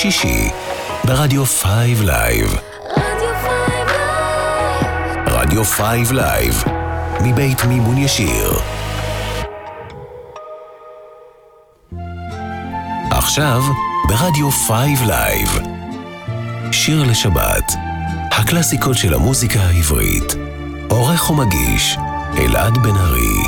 שישי ברדיו 5 לייב. רדיו 5 לייב מבית מימון ישיר. עכשיו ברדיו 5 לייב שיר לשבת, הקלאסיקות של המוזיקה העברית. עורך ומגיש אלעד בן ארי.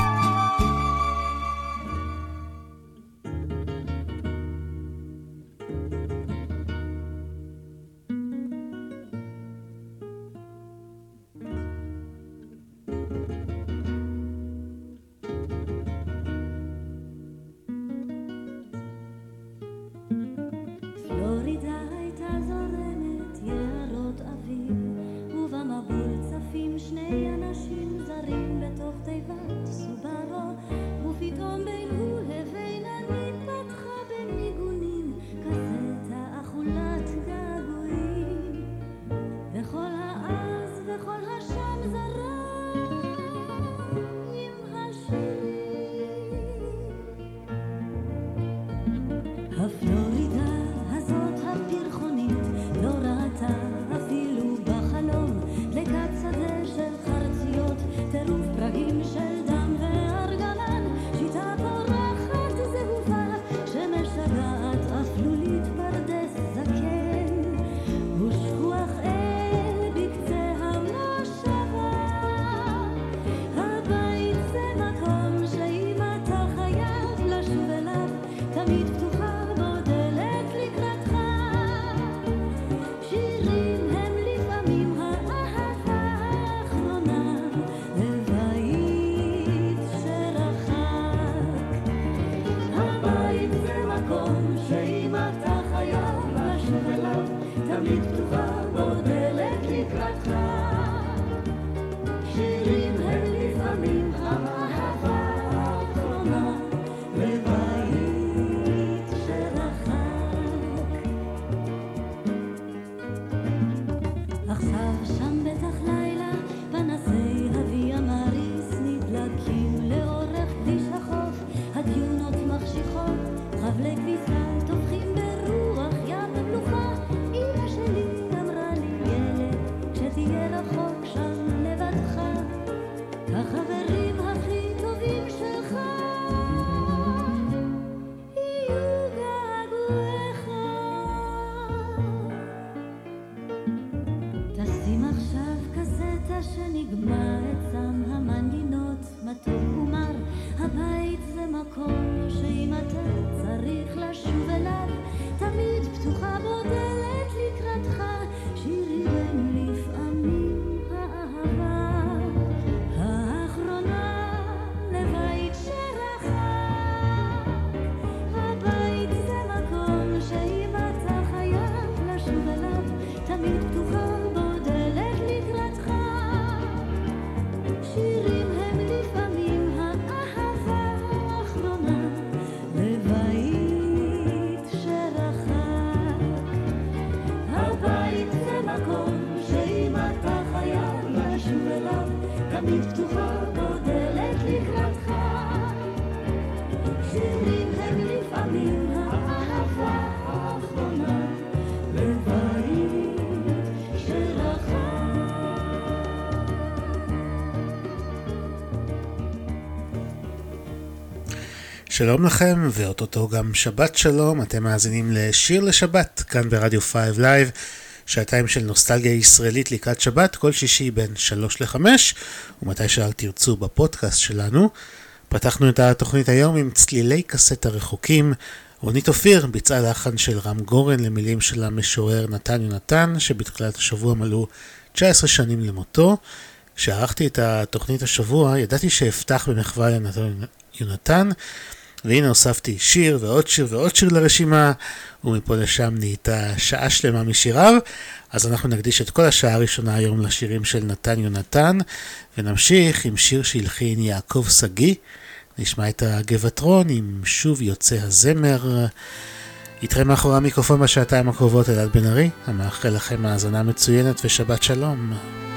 שלום לכם, ואותו גם שבת שלום. אתם מאזינים לשיר לשבת כאן ברדיו 5 לייב, שעתיים של נוסטלגיה ישראלית לקראת שבת, כל שישי בין 3 ל-5, ומתי שרק תרצו בפודקאסט שלנו. פתחנו את התוכנית היום עם צלילי קסט הרחוקים. רונית אופיר ביצעה לחן של רם גורן למילים של המשורר נתן יונתן, שבתחילת השבוע מלאו 19 שנים למותו. כשערכתי את התוכנית השבוע ידעתי שאפתח במחווה לנתן יונתן, והנה הוספתי שיר ועוד שיר ועוד שיר לרשימה, ומפה לשם נהייתה שעה שלמה משיריו. אז אנחנו נקדיש את כל השעה הראשונה היום לשירים של נתן יונתן, ונמשיך עם שיר שהלחין יעקב סגי. נשמע את הגבעתרון עם שוב יוצא הזמר. איתכם מאחורי המיקרופון בשעתיים הקרובות אלעד בן ארי, המאחל לכם האזנה מצוינת ושבת שלום.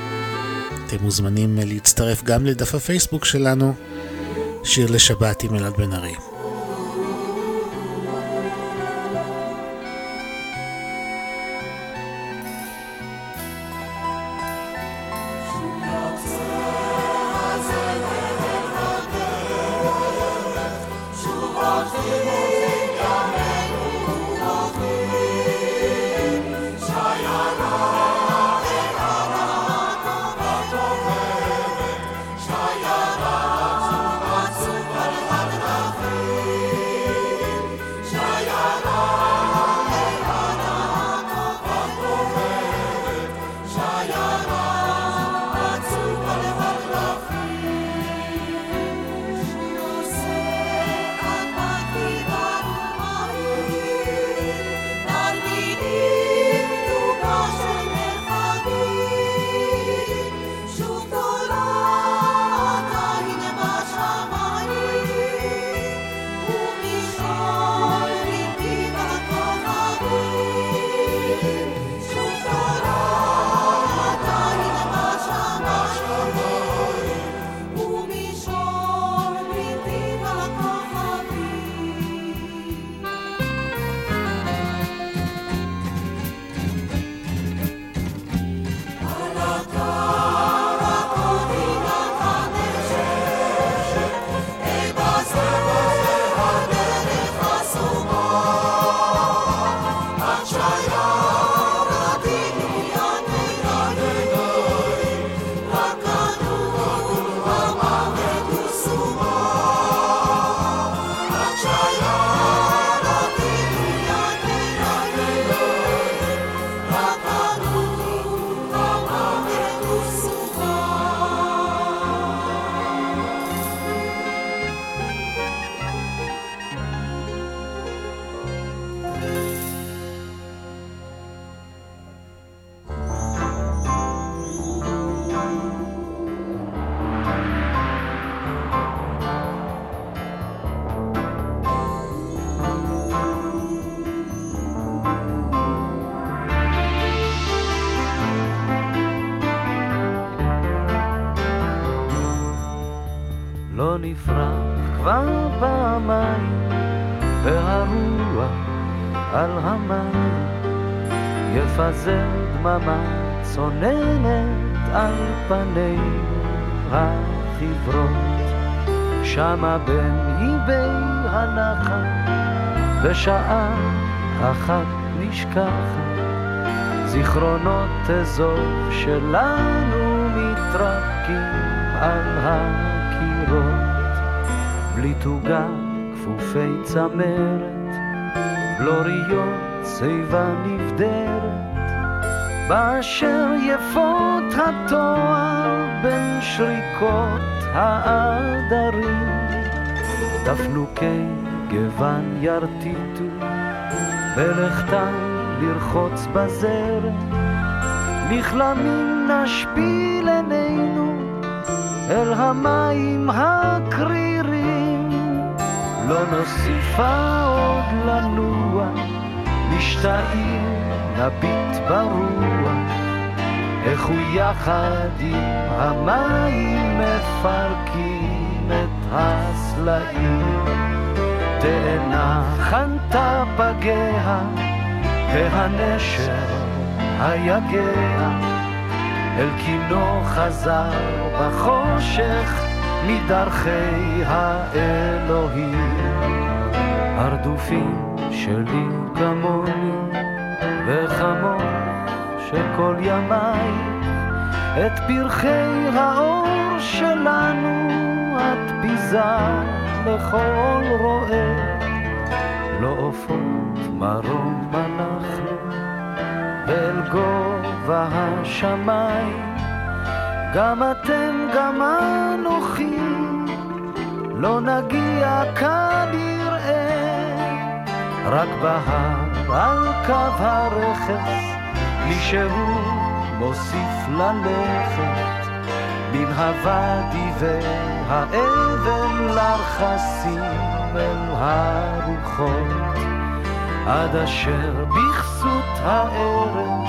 אתם מוזמנים להצטרף גם לדף הפייסבוק שלנו, שיר לשבת עם אלעד בן ארי. יפרח כבר פעמיים, והרוח על המים יפזר דממה צוננת על פנינו החברות. שמה בין איבי הנחל בשעה אחת נשכחת, זיכרונות אזוב שלנו מתרקים על הקירות. בלי תוגה כפופי צמרת, בלוריות צבע נבדרת, באשר יפות התואר בין שריקות העדרים. תפנוקי גוון ירטיטו בלכתן לרחוץ בזרת, נכלמים נשפיל עינינו אל המים הקרירים. לא נוסיפה עוד לנוע, משתאים נביט ברוח, איך הוא יחד עם המים מפרקים את הסלעים. תאנה חנתה פגיה והנשר היגע, אל קינו חזר בחושך מדרכי האלוהים. הרדופים שלי כמוני וכמוך שכל ימי, את פרחי האור שלנו את ביזה לכל רואה. לא עופות מרום אנחנו ואל גובה השמיים, גם אתם גם אנוכי לא נגיע כנראה. רק בהר על קו הרכס מישהו מוסיף ללכת, מן הוואדי והאבן לרחסים אל הרוחות, עד אשר בכסות הערב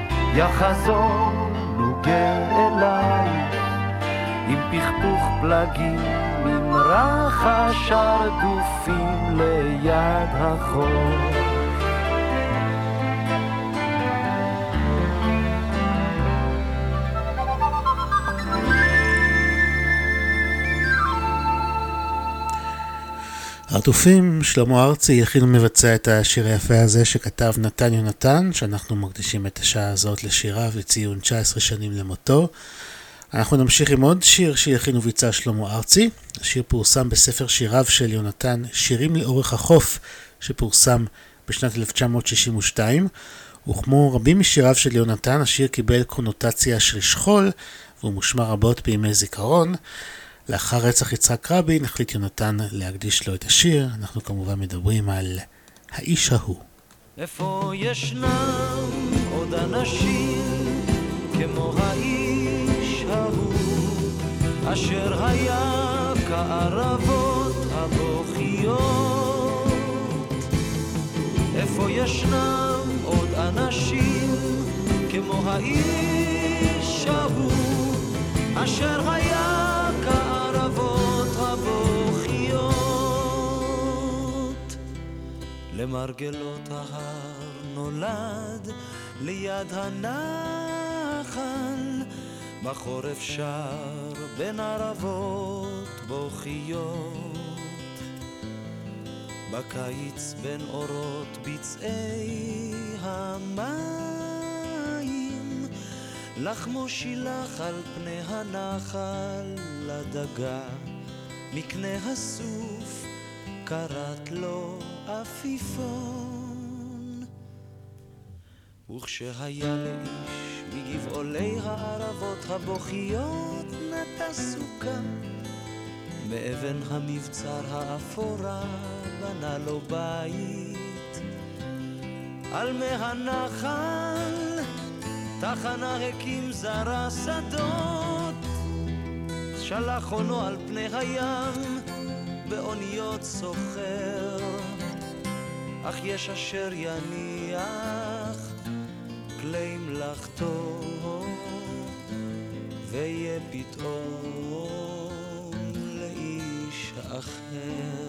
יחזור נוגה אלייך, עם פכפוך פלגים מן רחש הרדופים ליד החור. הרדופים, שלמה ארצי הכין ומבצע את השיר היפה הזה שכתב נתן יונתן, שאנחנו מקדישים את השעה הזאת לשיריו לציון 19 שנים למותו. אנחנו נמשיך עם עוד שיר שהכין וביצע שלמה ארצי. השיר פורסם בספר שיריו של יונתן, שירים לאורך החוף, שפורסם בשנת 1962, וכמו רבים משיריו של יונתן, השיר קיבל קונוטציה של שכול, והוא מושמע רבות בימי זיכרון. לאחר רצח יצחק רבין החליט יונתן להקדיש לו את השיר. אנחנו כמובן מדברים על האיש ההוא. איפה ישנם עוד אנשים כמו האיש ההוא, אשר היה כערבות הבוכיות? איפה ישנם עוד אנשים כמו האיש ההוא, אשר היה כערבות הבוכיות? למרגלות ההר נולד ליד הנחל, בחורף שר בין ערבות בוכיות, בקיץ בין אורות בצעי המים, לחמו שילח על פני הנחל לדגה, מקנה הסוף קראת לו עפיפון. וכשהיה לאיש מגבעולי הערבות הבוכיות נטע סוכה, מאבן המבצר האפורה בנה לו בית, על מי הנחל תחנה הקים זרה שדות, שלח עונו על פני הים באוניות סוחר, אך יש אשר יניח כלי מלאכתו, ויהיה פתאום לאיש אחר.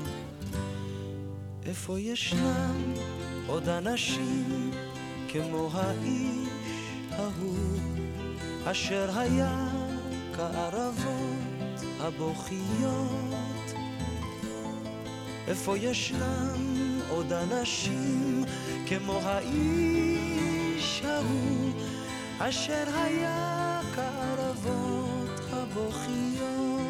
איפה ישנם עוד אנשים כמו האיש ההוא אשר היה כערבות הבוכיות? איפה ישנם עוד אנשים כמו האיש ההוא אשר היה כערבות הבוכיות?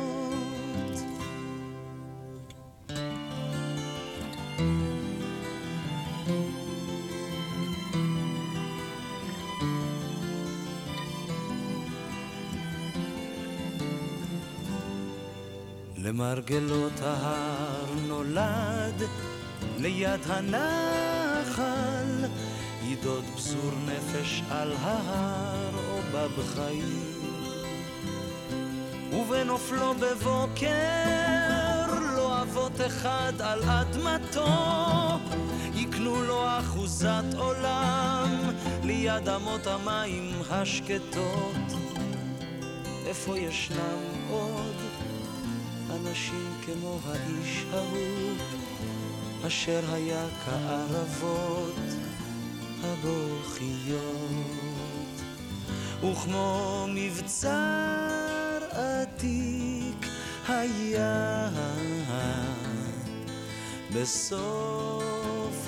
למרגלות ההר נולד ליד הנחל ידוד בזור נפש על ההר או בבחיים, ובנופלו בבוקר לא אבות אחד על אדמתו יקנו לו אחוזת עולם ליד אמות המים השקטות. איפה ישנם עוד אנשים כמו האיש ההוא אשר היה כערבות הבוכיות, וכמו מבצר עתיק היה בסוף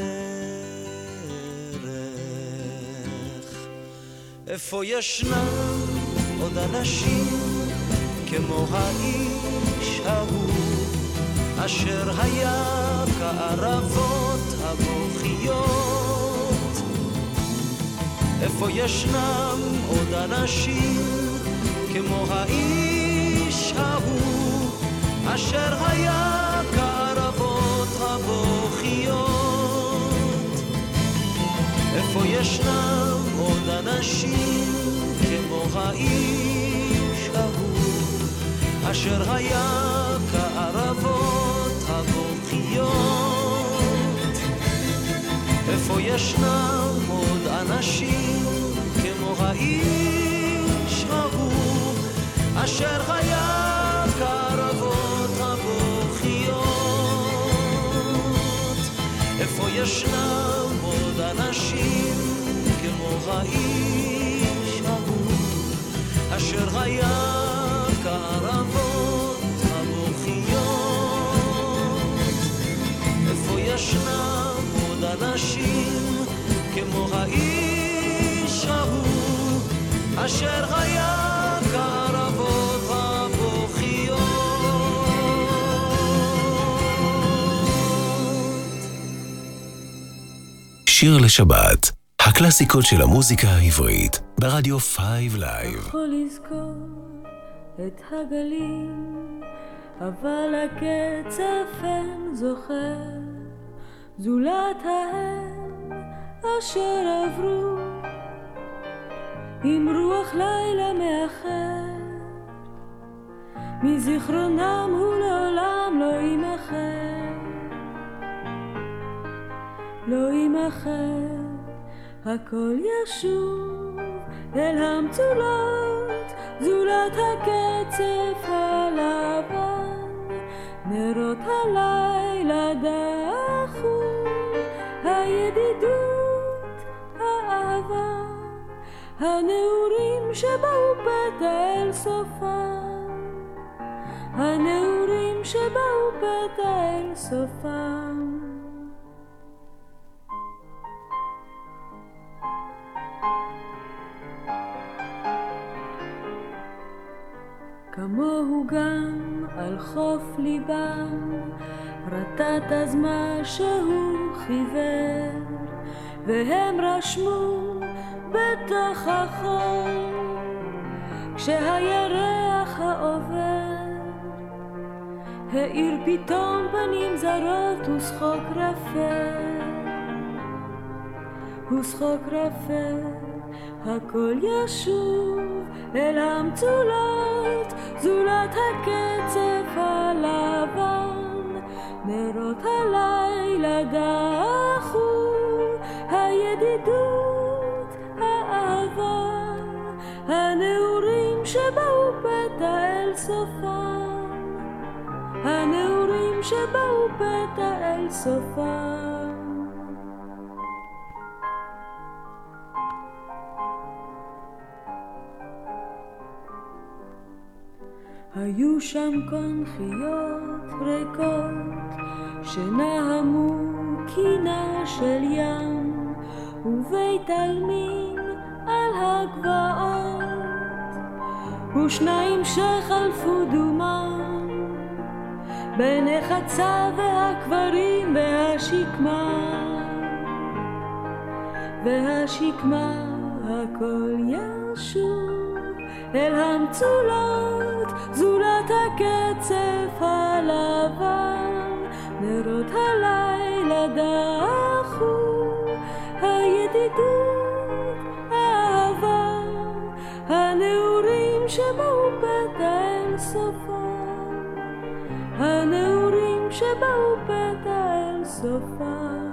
הדרך. איפה ישנם עוד אנשים כמו האיש ההוא אשר היה כערבות הבוכיות? איפה ישנם עוד אנשים כמו האיש ההוא אשר היה כערבות הבוכיות? איפה ישנם עוד אנשים כמו האיש ההוא אשר היה כערבות הבוכיות? איפה ישנם עוד אנשים כמו האיש ההוא אשר היה כערבות הבוכיות? איפה ישנם עוד אנשים כמו האיש ההוא אשר היה כערבות הבוכיות? איפה ישנם עוד אנשים כמו האיש ההוא אשר היה כערבות הבוכיות? שיר לשבת, הקלאסיקות של המוזיקה העברית ברדיו 5 לייב. יכול לזכור את הגלים, אבל הקצף אין זוכר, זולת ההם אשר עברו עם רוח לילה מאחר, מזיכרונם הוא לעולם לא יימחר, לא יימחר. הכל ישוב אל המצולות, זולת הקצף הלבן, נרות הלילה דחו, הידידות, האהבה, הנעורים שבאו פתע אל סופם, הנעורים שבאו פתע אל סופם. כמוהו גם על חוף ליבם, רטט אז מה שהוא חיוור, והם רשמו בתוך החול, כשהירח העובר האיר פתאום פנים זרות ושחוק רפה, ושחוק רפה. הכל ישוב אל המצולות, זולת הקצף הלבן, נרות הלילה דחו, הידידות, האהבה, הנעורים שבאו פתע אל סופם, הנעורים שבאו פתע אל סופם. היו שם קונכיות ריקות שנהמו קינה של ים ובית עלמין על הגבעות ושניים שחלפו דומם בין החצה והקברים והשקמה הכל ישוב אל המצולות זולת הקצף הלבן נרות הלילה דחו הידידות האהבה הנעורים שבאו פתע אל סופם הנעורים שבאו פתע אל סופם.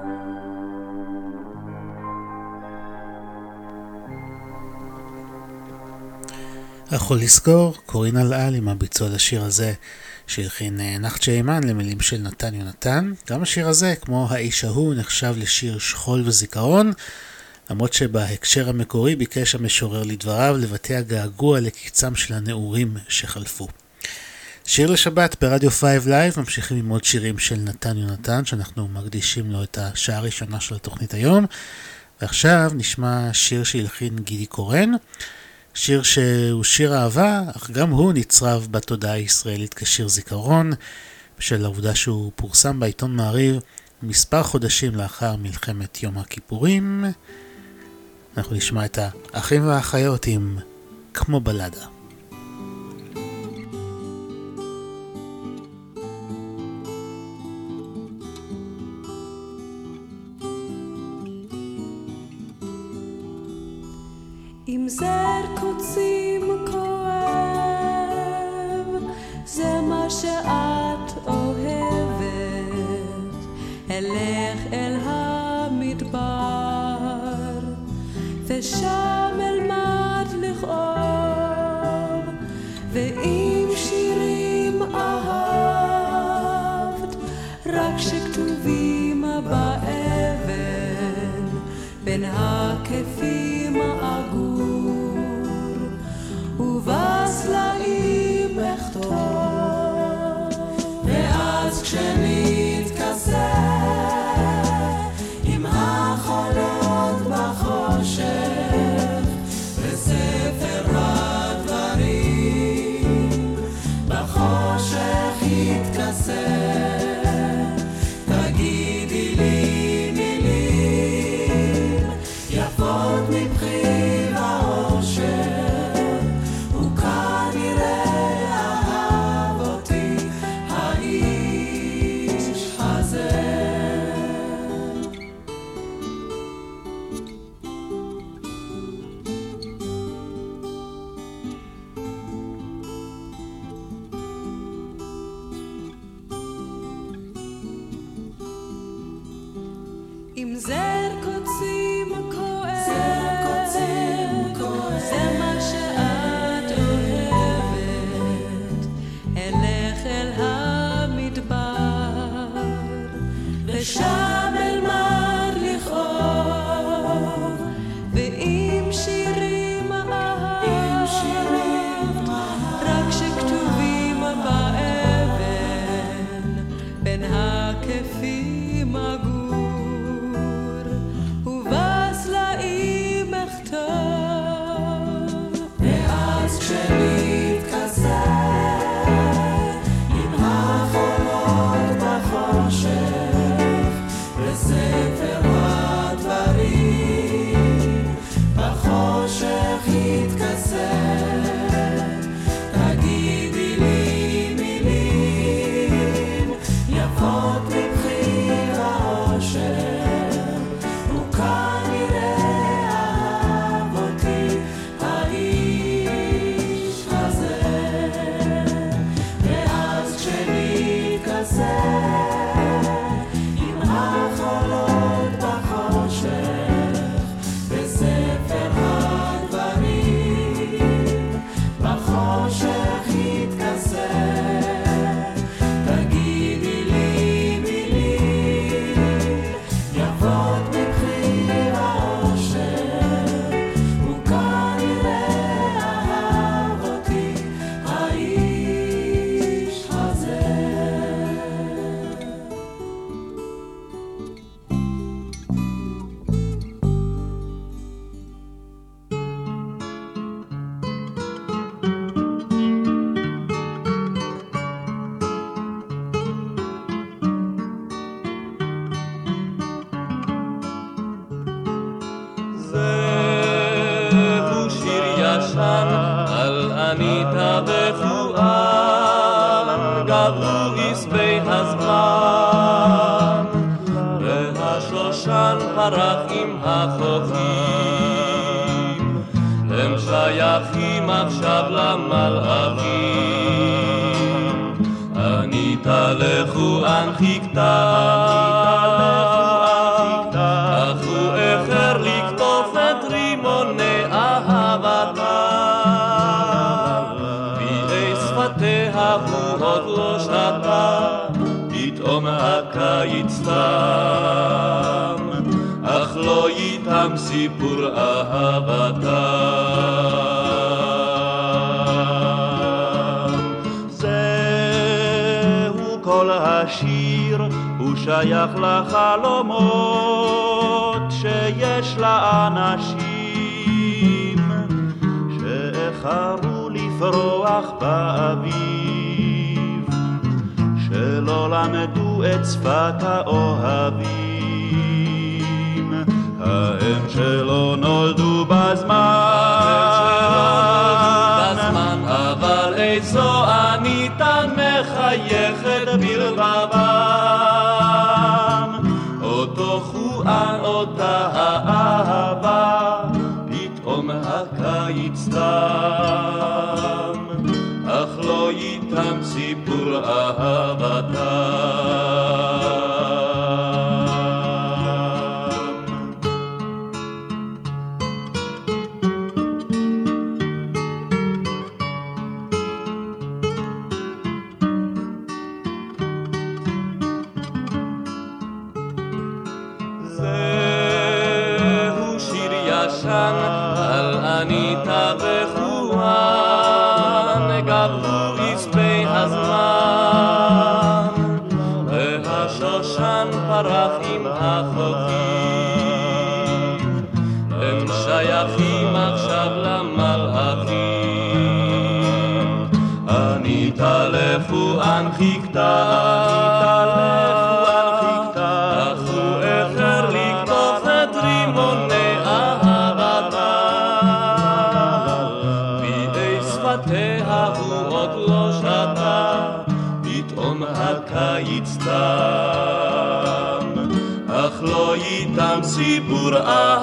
יכול לזכור, קורין אלעל עם הביצוע לשיר הזה שהלחין נחצ'ה אימן למילים של נתן יונתן. גם השיר הזה, כמו האיש ההוא, נחשב לשיר שכול וזיכרון, למרות שבהקשר המקורי ביקש המשורר לדבריו לבטא הגעגוע לקיצם של הנעורים שחלפו. שיר לשבת ברדיו 5 לייב, ממשיכים עם עוד שירים של נתן יונתן שאנחנו מקדישים לו את השעה הראשונה של התוכנית היום. ועכשיו נשמע שיר שהלחין גידי קורן, שיר שהוא שיר אהבה, אך גם הוא נצרב בתודעה הישראלית כשיר זיכרון, בשל העובדה שהוא פורסם בעיתון מעריב מספר חודשים לאחר מלחמת יום הכיפורים. אנחנו נשמע את האחים והאחיות עם כמו בלדה. עם זר קוצים כואב זה מה שאת אוהבת אלך אל המדבר ושם אלמד לכאוב ואם שירים אהבת רק שכתובים באבן בין הכפים אגור ובסלעים אכתוב ואז כשנתכסה עם החולות בחושך בספר הדברים בחושך יתכסה תגידי לי מילים יפות מבחיר האושר עם זר קוצים כואב זה מה שאת אוהבת אלך אל המדבר ושם אלמד לכאוב ואם שירים אהבת רק שכתובים באבן בין הכפים אגור ואז כשנתכסה עם החולות בחושך בספר הדברים בחושך יתכסה תגידי לי מילים יפות מבחיר האור פרח עם החופים, הם שייכים עכשיו למלאכים. אני תלכו אנחיקתה, אך הוא אחר לקטוף את רימוני אהבתה. בידי שפתיה הוא עוד לא שתה, פתאום הקיץ תם, אך לא איתם סיפור אהבתם. זהו כל השיר, הוא שייך לחלומות שיש לאנשים שאיחרו לפרוח באביב, שלא למדו את שפת האוהבים, ההם שלא נולדו בזמן, אבל איזו אניתן מחייכת בלבבם, אותו חואן אותה האהבה, פתאום הקיץ תם, אך לא איתם סיפור אהבתם. זהו שיר ישן על אניטה וחואן, גבו פספי הזמן, והשושן פרח עם החופים, הם שייכים עכשיו למלאכים. אניטה לחואן חיכתה, אך הוא אחר לקטוף את רימוני אהבתה. בידי שפתיה הוא עוד לא שתה, פתאום הקיץ תם, אך לא איתם סיפור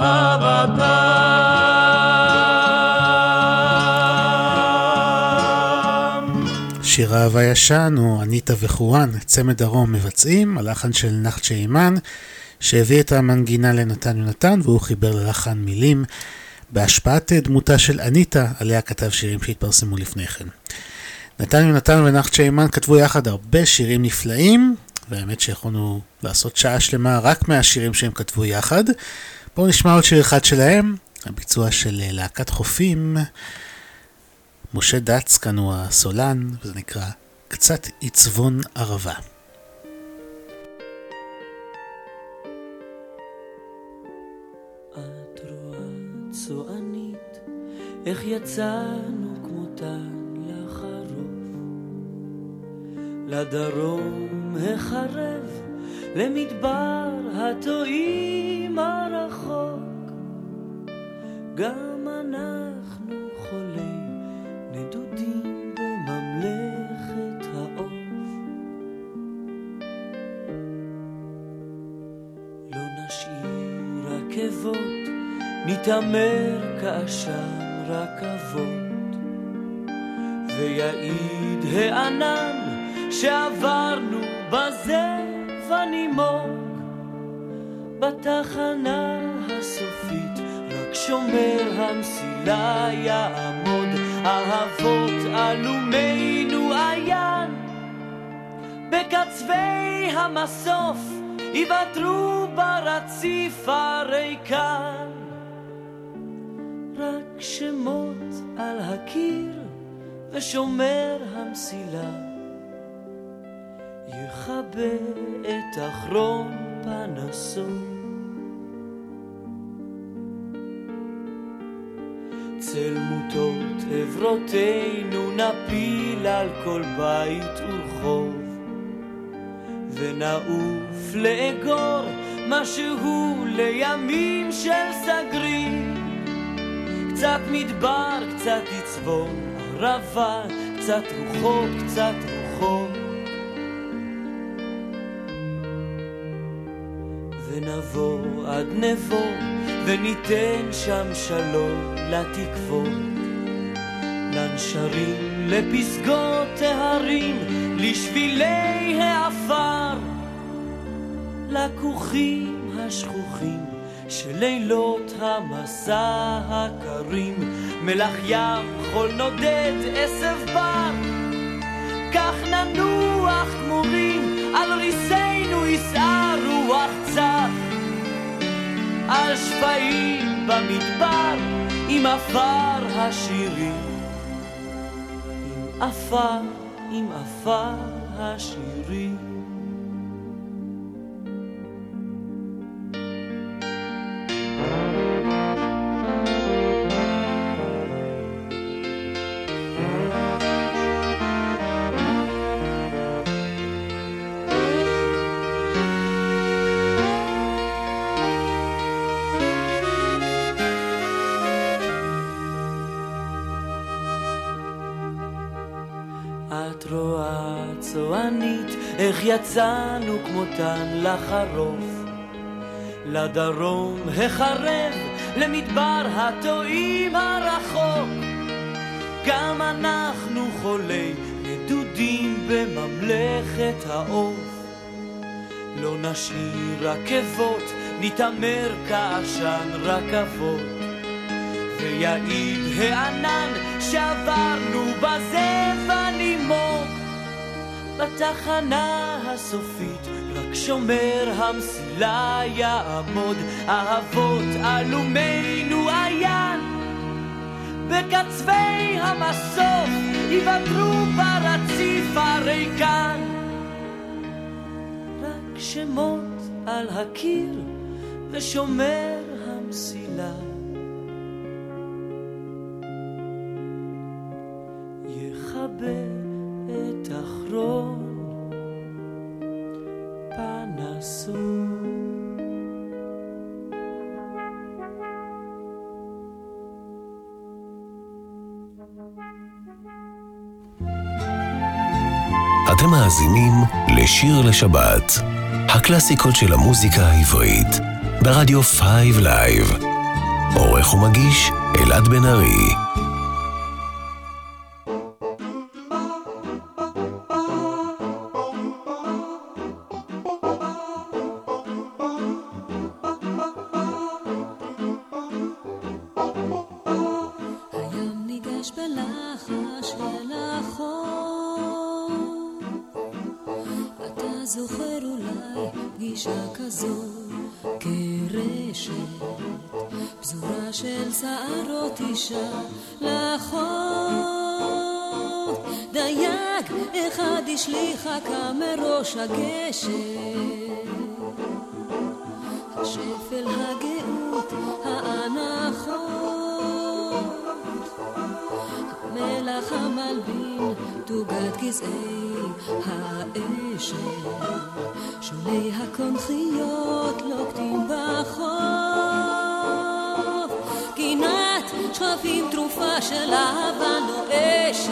אהבתם. שיר אהבה ישן הוא אניטה וחואן, צמד דרום מבצעים, הלחן של נחצ'ה אימן, שהביא את המנגינה לנתן יונתן, והוא חיבר ללחן מילים בהשפעת דמותה של אניטה, עליה כתב שירים שהתפרסמו לפני כן. נתן יונתן ונחצ'ה אימן כתבו יחד הרבה שירים נפלאים, והאמת שיכולנו לעשות שעה שלמה רק מהשירים שהם כתבו יחד. בואו נשמע עוד שיר אחד שלהם, הביצוע של להקת חופים, משה דץ כאן הוא הסולן, וזה נקרא קצת עיצבון ערבה. את רואה צוענית, איך יצאנו כמותן לחרוף, לדרום החרב, למדבר התועים הרחוק. גם אנחנו חולי נדודים בממלכת העוף, לא נשאיר רכבות, נתעמר כאשם רכבות, ויעיד הענן שעברנו בזב הנימוק. בתחנה הסופית רק שומר המסילה יעמוד, אהבות אלומנו עיין, בקצווי המסוף יוותרו ברציף הריקן. רק שמות על הקיר ושומר המסילה יכבה את אחרון פנסו. צל מוטות עברותינו נפיל על כל בית ורחוב, ונעוף לאגור משהו לימים של סגרים. קצת מדבר, קצת יצבון ערבה, קצת רוחות, קצת רוחות, ונבוא עד נבוא וניתן שם שלום לתקוות, לנשרים, לפסגות ההרים, לשבילי העפר, לכוכים השכוחים של לילות המסע הקרים, מלח ים חול נודד עשב בר, כך ננוח כמורים, על ריסנו יסעה רוח צח, על שפעים במדבר עם עפר השירים, עם עפר השירים. איך יצאנו כמותן לחרוף, לדרום החרב, למדבר הטועים הרחוק, גם אנחנו חולי נדודים בממלכת העוף, לא נשאיר רכבות, נתאמר כעשן רכבות, ויעיד הענן שעברנו בזה ונימוק, בתחנה הסופית רק שומר המסילה יעמוד, אהבות אלומנו עיין, בקצווי המסוף יוותרו ברציף הריקן, רק שמות על הקיר ושומר המסילה יחבר את אחרון פנסו. אתם מאזינים לשיר לשבת, הקלאסיקות של המוזיקה העברית, ברדיו 5 לייב. עורך ומגיש אלעד בן ארי. חכה מראש הגשם, השפל הגאות האנחות, המלח המלבין תוגת גזעי האשל, שולי הקונכיות לוקטים בחוף, גינת שכבים תרופה של אהבה נואשת,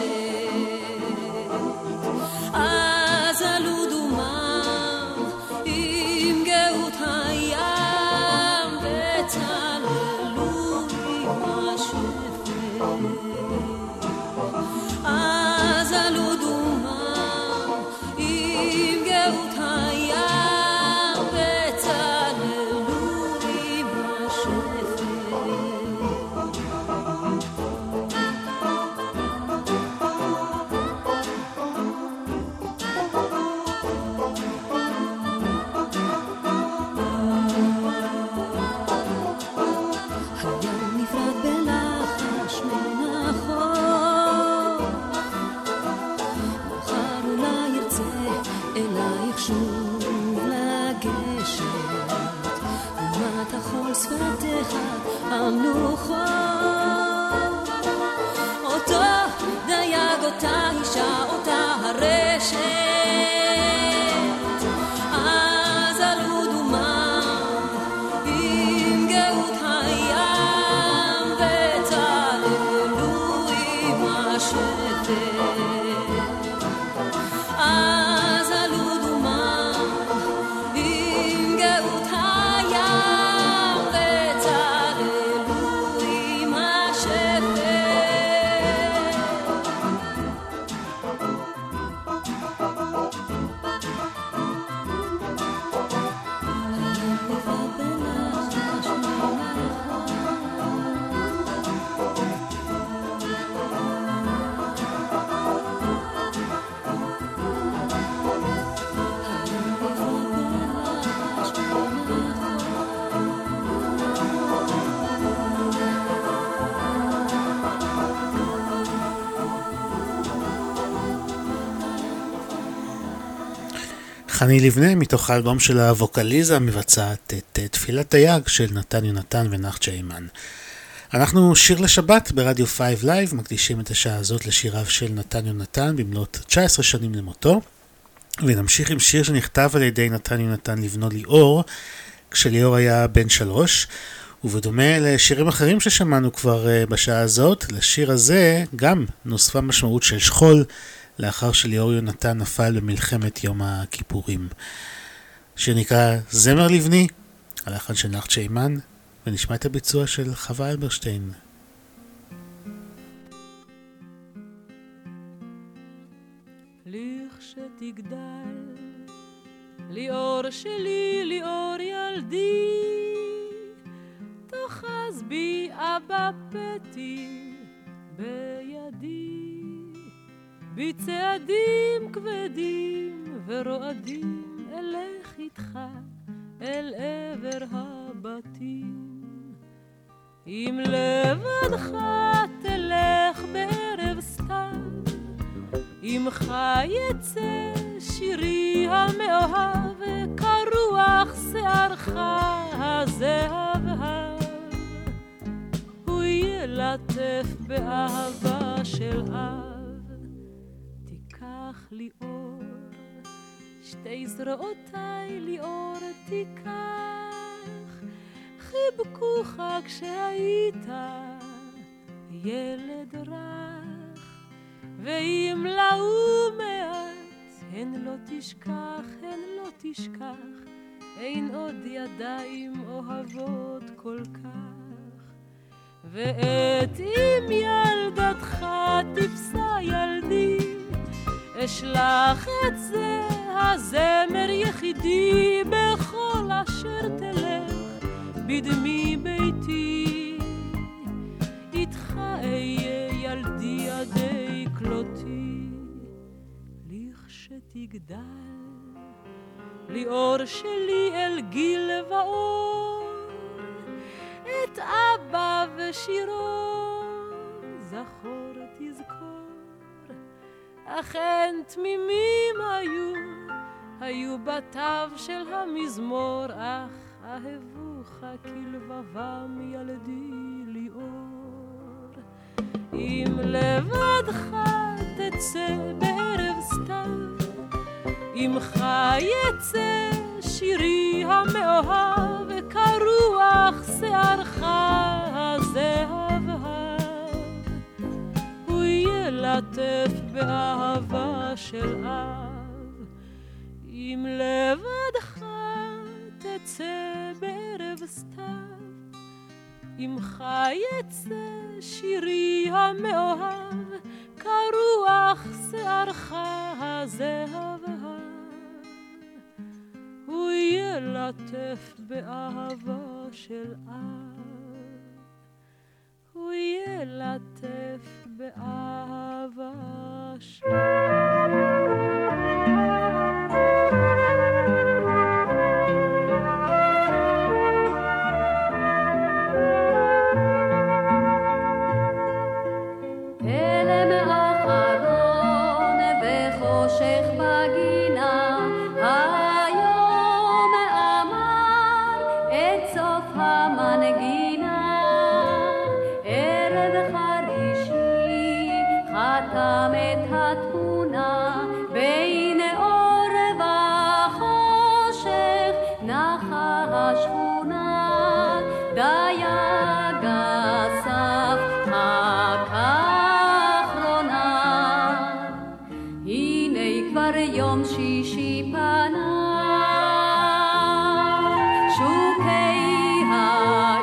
אז עלו דומם עם גאות הים וצללו עם השפל, אז עלו דומם עם גאות הים וצללו עם השפל. שפתיך המנוחות, אותו דייג, אותה אישה, אותה הרשת, אז עלו דומם עם גאות הים וצללו עם השפל, אז עלו דומם עם גאות הים חני לבנה מתוך האלבום של הווקליזה מבצעת את תפילת היג של נתן יונתן ונחצ'ה אימן. אנחנו שיר לשבת ברדיו 5 לייב, מקדישים את השעה הזאת לשיריו של נתן יונתן במלאת 19 שנים למותו, ונמשיך עם שיר שנכתב על ידי נתן יונתן לבנו ליאור, כשליאור היה בן 3, ובדומה לשירים אחרים ששמענו כבר בשעה הזאת, לשיר הזה גם נוספה משמעות של שכול, לאחר שליאור יונתן נפל במלחמת יום הכיפורים. שיר נקרא זמר לבני, הלחן של נחצ'ה אימן, ונשמע את הביצוע של חווה אלברשטיין. לכשתגדל ליאור שלי, ליאור ילדי, תאחז בי אבא פתי בידי, בצעדים כבדים ורועדים אלך איתך אל עבר הבתים. אם לבדך תלך בערב סתיו, עמך יצא שירי המאוהב, כרוח שערך הזהב, הוא ילטף באהבה של אב. תיקח לי אור, שתי זרועותיי ליאור תיקח, חיבקוך כשהיית ילד רך, ואם לאו מעט הן לא תשכח, הן לא תשכח, אין עוד ידיים אוהבות כל כך. ואת אם ילדתך תפסה ילדי, אשלח את זה הזמר יחידי, בכל אשר תלך בדמי ביתי, איתך אהיה ילדי עדי כלותי. לכשתגדל ליאור שלי אל גיל ואור, את אבא ושירו זכור תזכור, אכן תמימים היו בתיו של המזמור, אך אהבוך כלבבם ילדי ליאור. אם לבדך תצא בערב סתיו, עמך יצא שירי המאוהב, כרוח שערך הזהב, הוא ילטף באהבה של אב. אם לבדך תצא בערב סתיו, עמך יצא שירי המאוהב, כרוח שערך הזהב, הוא ילטף באהבה של אב, הוא ילטף באהבה של יום שישי פנה שוקי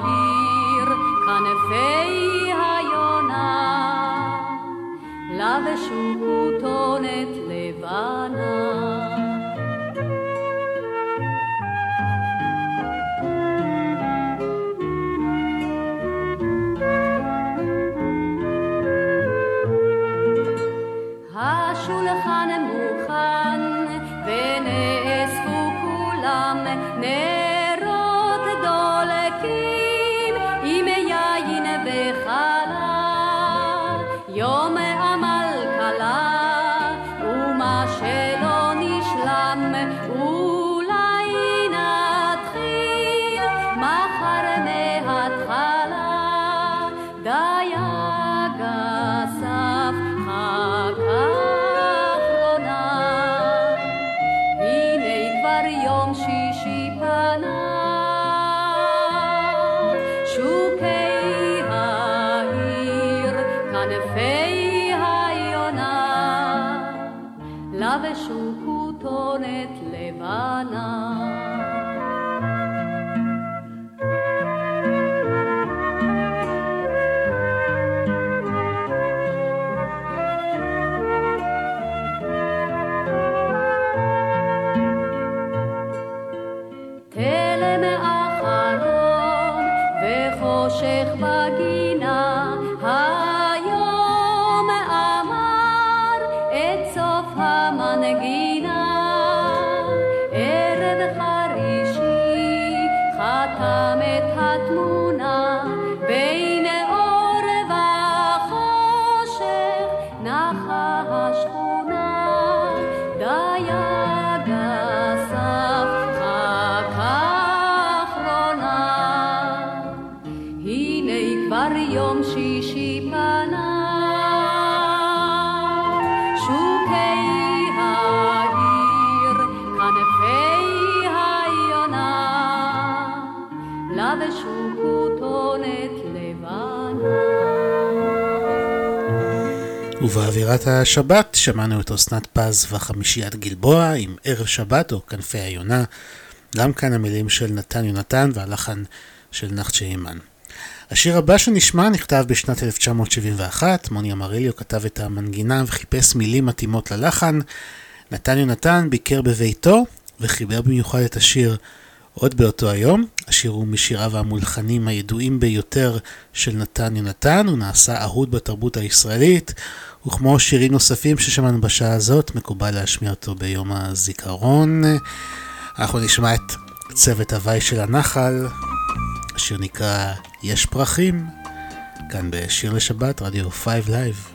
אחרון וחושך בגינה היום אמר את סוף המנגינה ערב חרישי חתם את התמונה בין אור וחושך נחה השכונה דייג אסף חכה אחרונה הנה כבר יום שישי פנה שוקי העיר כנפי היונה לבשו כותונת לבנה. ובאווירת השבת שמענו את אסנת פז וחמישיית גלבוע עם ערב שבת או כנפי היונה. גם כאן המילים של נתן יונתן והלחן של נחצ'ה אימן. השיר הבא שנשמע נכתב בשנת 1971, מוני אמריליו כתב את המנגינה וחיפש מילים מתאימות ללחן. נתן יונתן ביקר בביתו וחיבר במיוחד את השיר עוד באותו היום. השיר הוא משיריו המולחנים הידועים ביותר של נתן יונתן, הוא נעשה אהוד בתרבות הישראלית, וכמו שירים נוספים ששמענו בשעה הזאת, מקובל להשמיע אותו ביום הזיכרון. אנחנו נשמע את צוות הוואי של הנחל, השיר נקרא יש פרחים, כאן בשיר לשבת, רדיו 5 לייב.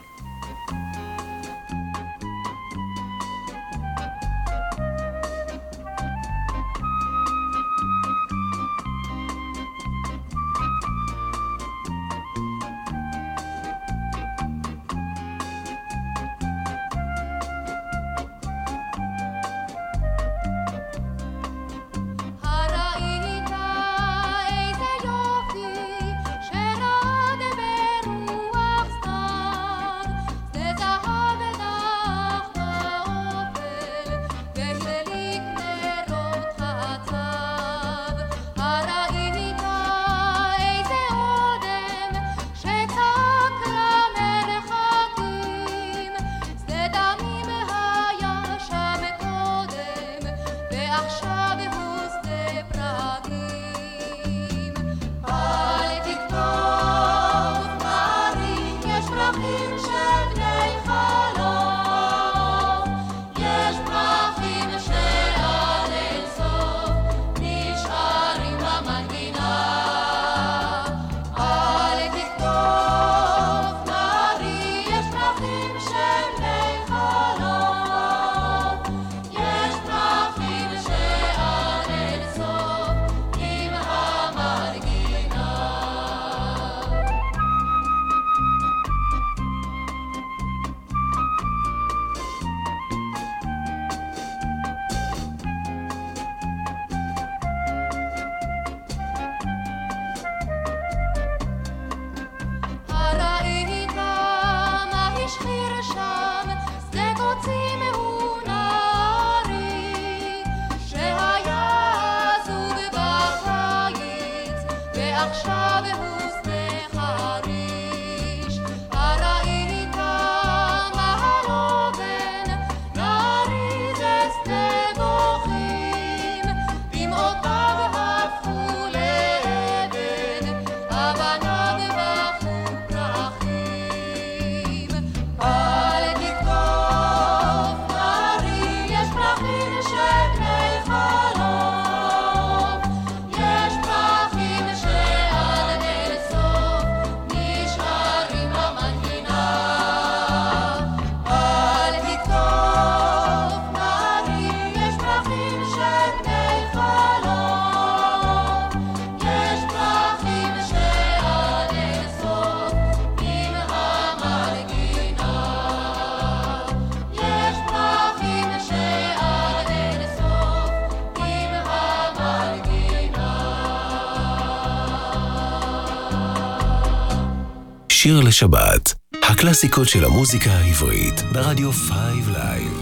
שיר לשבת, הקלאסיקות של המוזיקה העברית, ברדיו 5 לייב.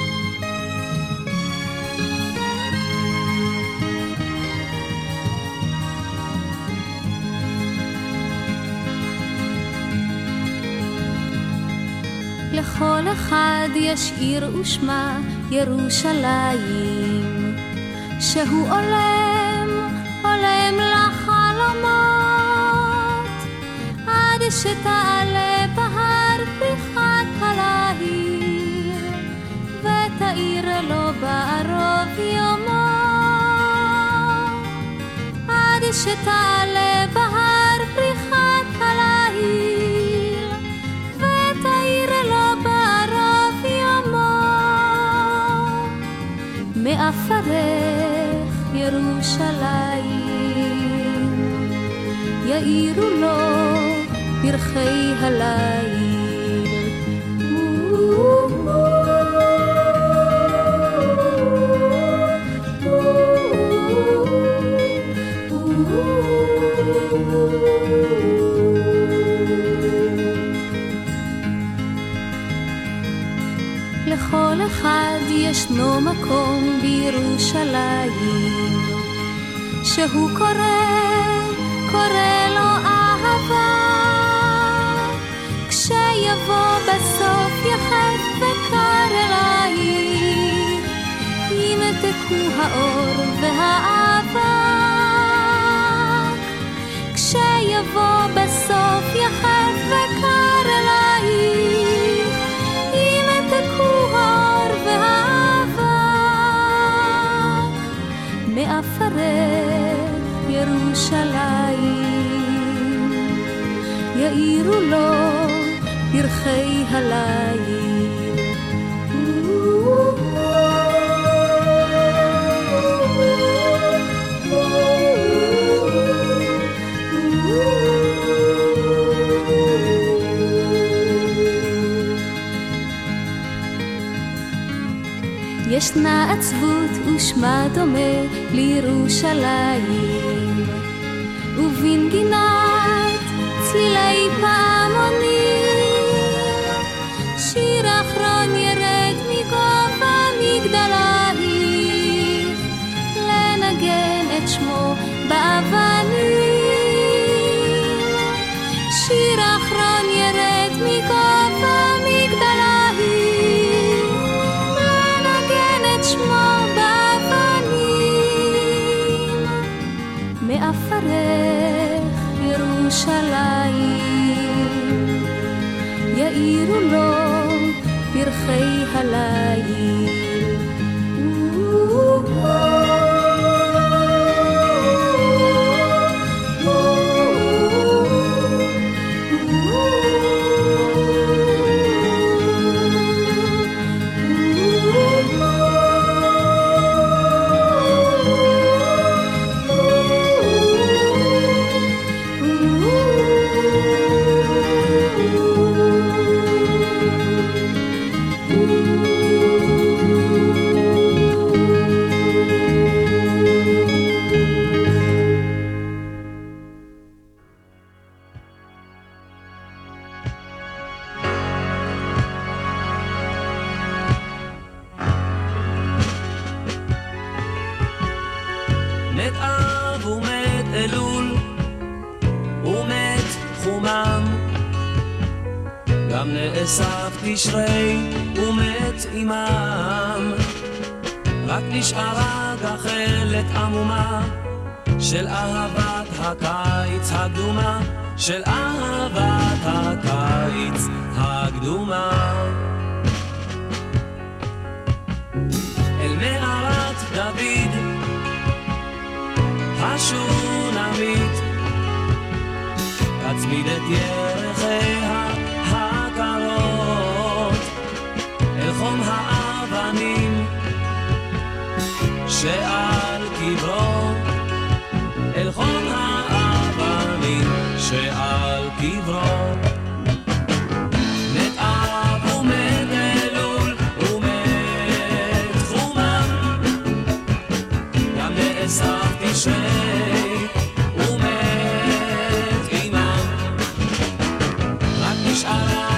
לכל אחד יש עיר ושמה ירושלים, שהוא עולם שתעלה בהר פריחת הליל ותאיר לו בערב יומו מאפרך ירושלים יאירו לו פרחי הליל לכל אחד ישנו מקום בירושלים שהוא קורא לו אהבה כשיבוא בסוף יחד וקר אלייך ימתקו האור והאבק כשיבוא בסוף יחד וקר אלייך ימתקו האור והאבק מאפרך ירושלים יאירו לו פרחי הליל ישנה עצבות ושמה דומה לירושלים ובנגינת צלילי פעמונים שיר אחרון ירד מגובה מגדלייך לנגן את שמו באבנים שיר אחרון ירד מגובה מגדלייך לנגן את שמו באבנים מאפרך ירושלים יאירו לו פרחי הליל תשרי ומת אימם רק נשארה גחלת עמומה של אהבת הקיץ הקדומה של אהבת הקיץ הקדומה אל מערת דוד השונמית תצמיד את ירחיה הקרות אל חום האבנים שעל קברו אל חום האבנים שעל קברו מת אב ומת אלול ומת חומם גם לעשו תשרי ומת אימם רק נשארה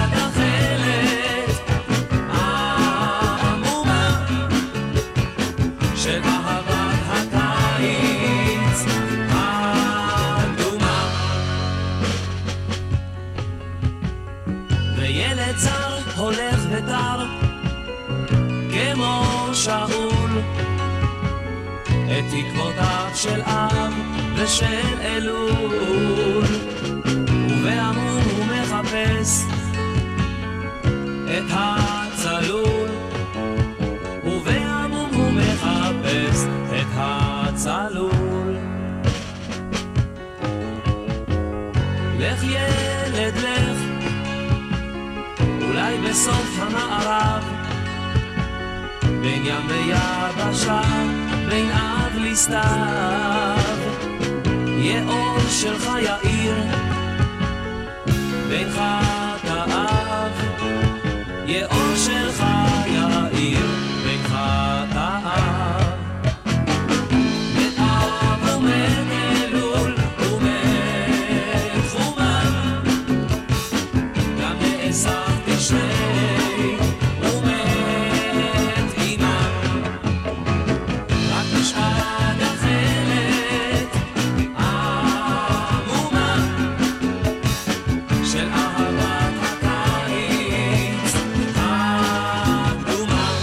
שאול את תקוותיו של אב ושל אלול ובעמום הוא מחפש את הצלול ובעמום הוא מחפש את הצלול לך ילד לך, אולי בסוף המערב, בין ים ויבשה, בין אב לסתיו, יהיה אור שלך יאיר, בין חטאיו, יהיה אור שלך יאיר, בין חטאיו. מת אב ומת אלול ומת חורבן, גם לעשו תשרי ומת אימם, רק נשאר גחלת עמומה של אהבת הקיץ הקדומה.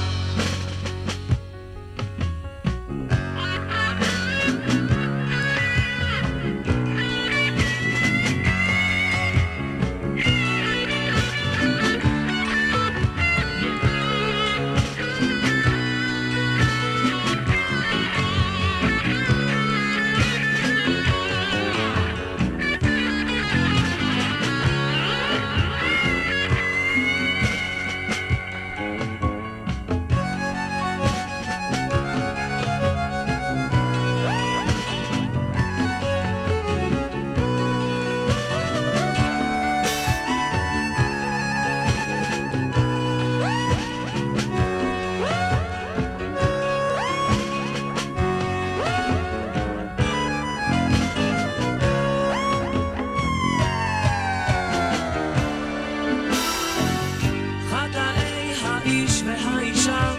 חטאי האיש והאישה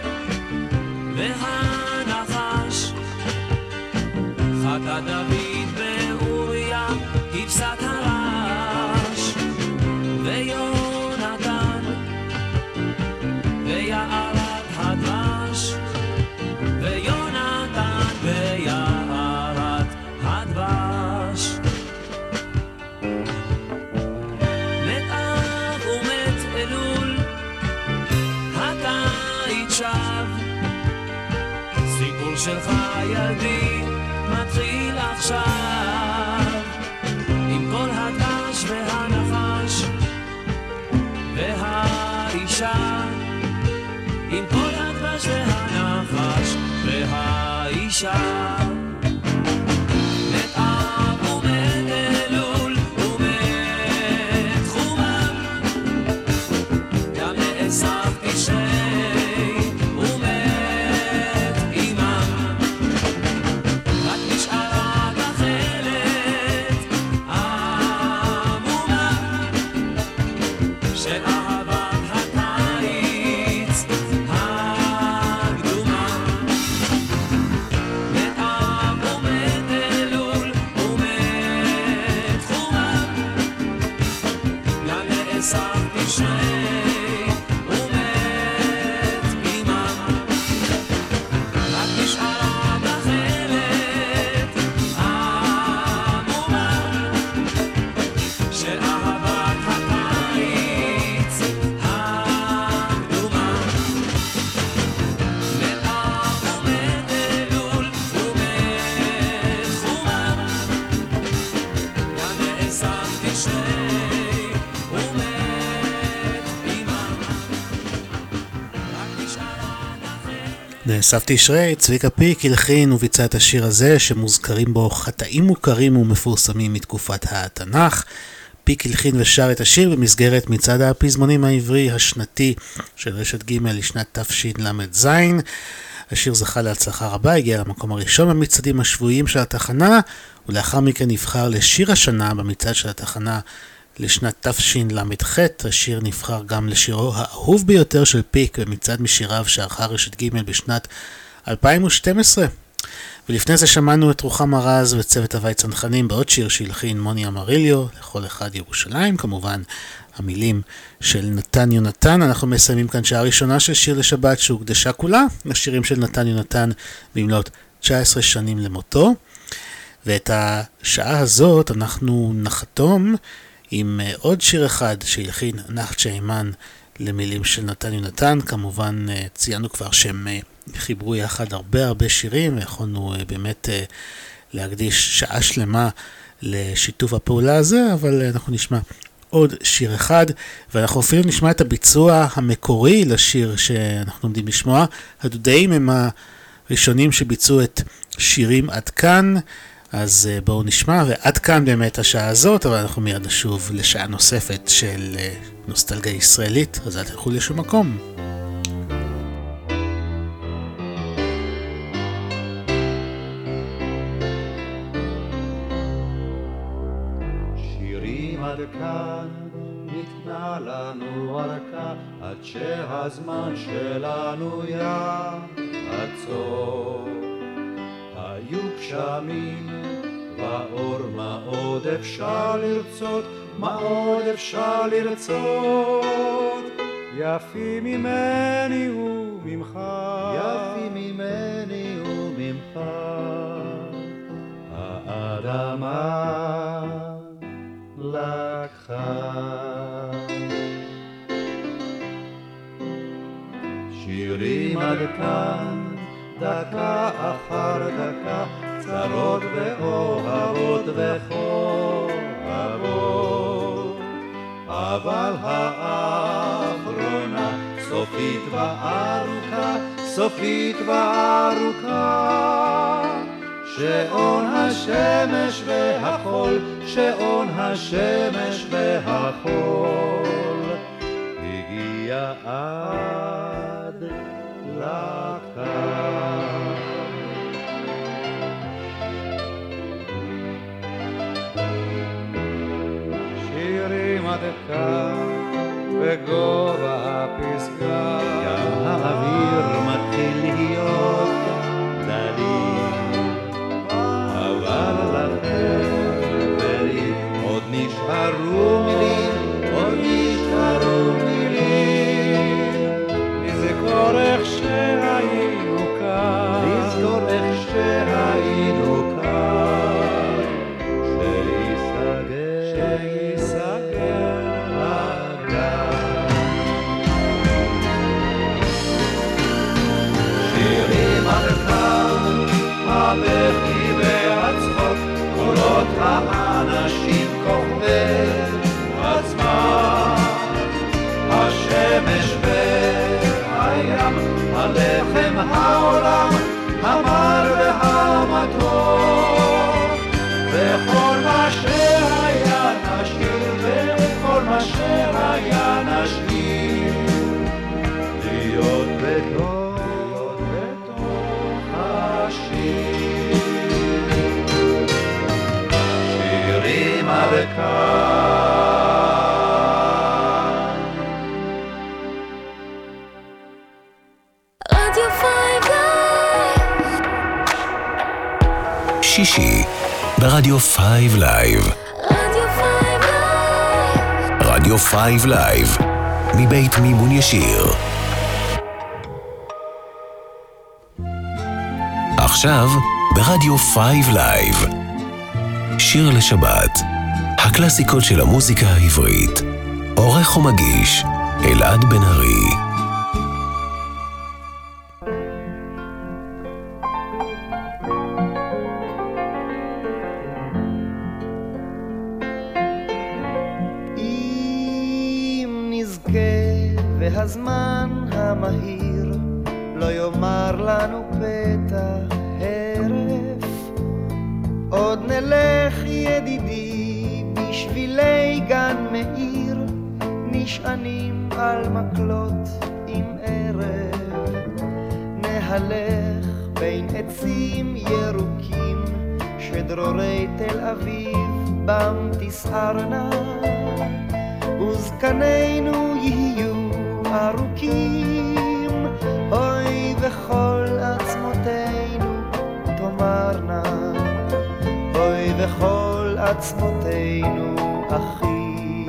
והנחש, חטא דוד באוריה כבשת הרש, ויונתן ויערת הדבש, ויונתן ויערת הדבש. מת אב ומת אלול, הקיץ שב, סיפור שלך ילדי מתחיל עכשיו, עם כל הדבש והנחש והאישה, עם כל הדבש והנחש והאישה. מת אב ומת אלול ומת חורבן, גם לעשו תשרי ומת אימם, רק נשארה גחלת עמומה של אהבת הקיץ הקדומה. מת אב ומת אלול ומת חורבן, גם לעשו תשרי ומת אימם, רק נשארה גחלת עמומה של אהבת הקיץ הקדומה. מת אב ומת אלול ומת חורבן, גם לעשו תשרי ומת אימם, רק נשארה גחלת. נאסף תשרי, צביקה פיק הלחין וביצע את השיר הזה שמוזכרים בו חטאים מוכרים ומפורסמים מתקופת התנ"ך. פיק הלחין ושר את השיר במסגרת מצעד הפזמונים העברי השנתי של רשת ג' לשנת תשל"ז. השיר זכה להצלחה רבה, הגיע למקום הראשון במצעדים השבועיים של התחנה, ולאחר מכן נבחר לשיר השנה במצעד של התחנה לשנת תשל"ח. השיר נבחר גם לשירו האהוב ביותר של פיק במצעד משיריו שערכה רשת ג' בשנת 2012. ולפני זה שמענו את רוחמה רז וצוות הווי צנחנים בעוד שיר שהלחין מוני אמריליו, לכל אחד ירושלים, כמובן המילים של נתן יונתן. אנחנו מסיימים כאן שעה ראשונה של שיר לשבת שהוקדשה כולה לשירים של נתן יונתן במלאת 19 שנים למותו, ואת השעה הזאת אנחנו נחתום עם עוד שיר אחד שהלחין נחצ'ה אימן למילים של נתן יונתן. כמובן ציינו כבר שהם חיברו יחד הרבה שירים, ויכולנו באמת להקדיש שעה שלמה לשיתוף הפעולה הזה, אבל אנחנו נשמע עוד שיר אחד, ואנחנו אפילו נשמע את הביצוע המקורי לשיר שאנחנו עומדים לשמוע. הדודאים הם הראשונים שביצעו את שירים עד כאן, אז בואו נשמע, ועד כאן באמת השעה הזאת, אבל אנחנו מיד נשוב לשעה נוספת של נוסטלגיה ישראלית, אז אל תלכו לשום מקום. שירים עד כאן ניתנה לנו ארכה, עד שהזמן שלנו יעצור. היו גשמים ואור, מה עוד אפשר לרצות, מה עוד אפשר לרצות. יפים ממני וממך, יפים ממני וממך, האדמה לקחה. שירים עד כאן, דקה אחר דקה, צרות ואוהבות וחורבות, אבל האחרונה סופית וארוכה, סופית וארוכה. שעון השמש והחול, שעון השמש והחול, הגיע עד לקה. שירים עד כאן בגובה הפסגה, גם האוויר מתחיל להיות דליל, אבל לכם ולי עוד נשארו מילים, עוד נשארו מילים. נזכור איך שהיינו כאן, נזכור איך שהיינו כאן, שיסגר הגן. שירים עד כאן, הבכי והצחוק, קולות האנשים כוכבי עצמם, השמש והים, הלחם העולם, המר והמתוק, וכל מה שהיה נשאיר, וכל מה שהיה נשאיר, להיות בתוך השיר. שירים עד כאן. רדיו 5 שישי ברדיו 5 לייב. רדיו 5 לייב מבית מימון ישיר. עכשיו ברדיו 5 לייב שיר לשבת, הקלאסיקות של המוזיקה העברית. עורך ומגיש אלעד בן ארי. והזמן המהיר לא יאמר לנו פתע הרף, עוד נלך ידידי בשבילי גן מאיר, נשענים על מקלות עם ערב, נהלך בין עצים ירוקים שדרורי תל אביב בם תסערנה, וזקנינו יהיו ארוכים, אוי וכל עצמותינו תאמרנה, אוי וכל עצמותינו אחי,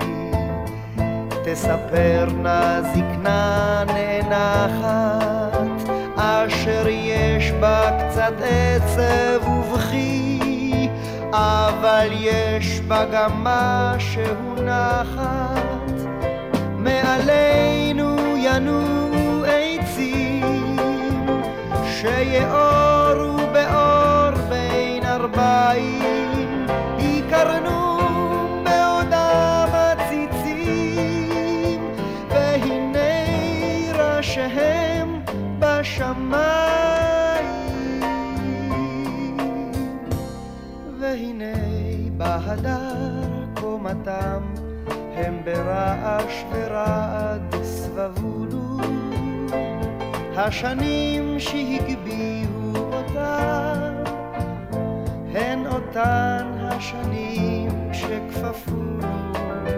תספרנה זקנה נאנחת, אשר יש בה קצת עצב ובכי, אבל יש בה גם משהו נחת, מעלינו ינועו עצים שיאורו באור בין ארבע יין יקרנו בעודם הציצים, והנה ראשיהם בשמיים, והנה בהדר קומתם, הם ברעש ורעד סבבונו, השנים שהגביהו אותם, הן אותן השנים שכפפונו,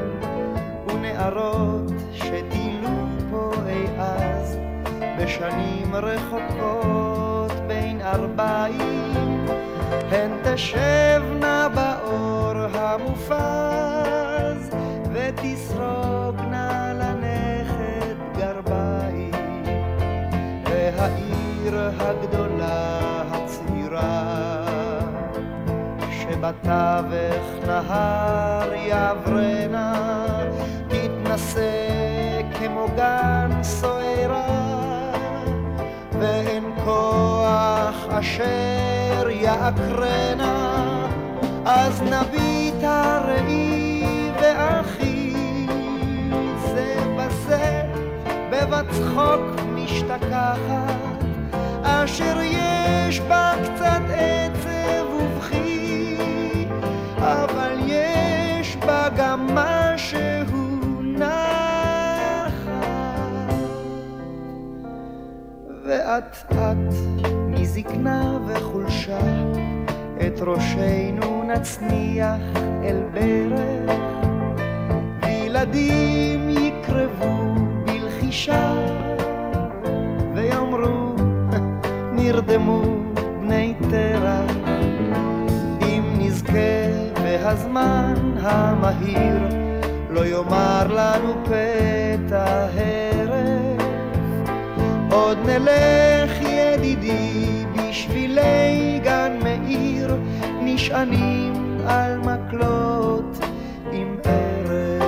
ונערות שטילו פה אי אז, בשנים רחוקות בין 40, הן תשבנה באור המופז, ותסרוקנה לנכד גרביים, והעיר הגדולה הצעירה שבתווך נהר יעברנה, תתנסה כמו גן סוערה, ואין כוח אשר יעקרנה, אז נביט הראי ואחי זה בזה בבת צחוק משתכחת, אשר יש בה קצת עצב ובכי, אבל יש בה גם משהו נחת, ואט אט מזקנה וחולשה את ראשנו נצניח אל ברך, וילדים יקרבו בלחישה ויאמרו נרדמו בני תרח, אם נזכה והזמן המהיר לא יאמר לנו פתע הרף, עוד נלך ידידי בשבילי גן מאיר, נשענים על מקלות עם ערב.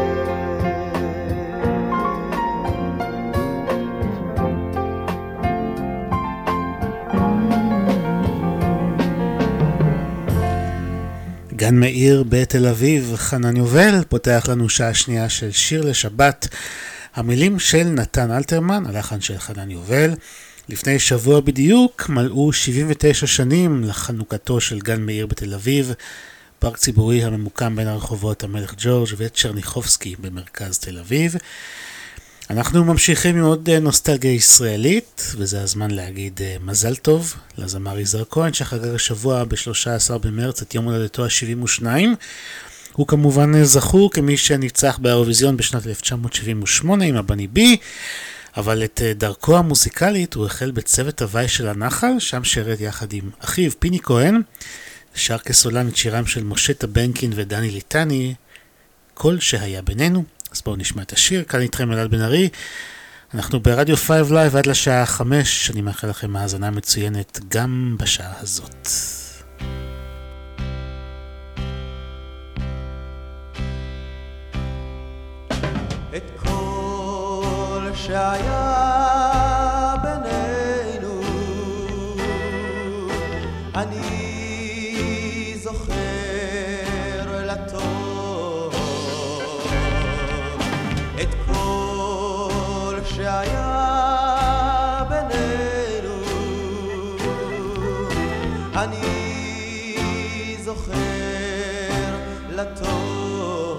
גן מאיר בתל אביב, חנן יובל פותח לנו שעה שנייה של שיר לשבת, המילים של נתן אלתרמן, הלחן של חנן יובל. לפני שבוע בדיוק מלאו 79 שנים לחנוכתו של גן מאיר בתל אביב, פארק ציבורי הממוקם בין הרחובות המלך ג'ורג' וצ'רניחובסקי במרכז תל אביב. אנחנו ממשיכים עם עוד נוסטלגיה ישראלית, וזה הזמן להגיד מזל טוב לזמר יזהר כהן שחגג השבוע ב-13 במרץ את יום הולדתו ה-72. הוא כמובן זכור כמי שניצח באירוויזיון בשנת 1978 עם הבני בי, אבל את דרכו המוזיקלית הוא החל בצוות הוואי של הנחל, שם שרת יחד עם אחיו פיני כהן, שר כסולן את שירם של משה טבנקין ודני ליטני, כל שהיה בינינו. אז בואו נשמע את השיר, כאן איתכם אלעד בן ארי, אנחנו ברדיו 5 לייב עד לשעה 5, אני מאחל לכם האזנה מצוינת גם בשעה הזאת. את כל שהיה בינינו אני זוכר לטוב, את כל שהיה בינינו אני זוכר לטוב,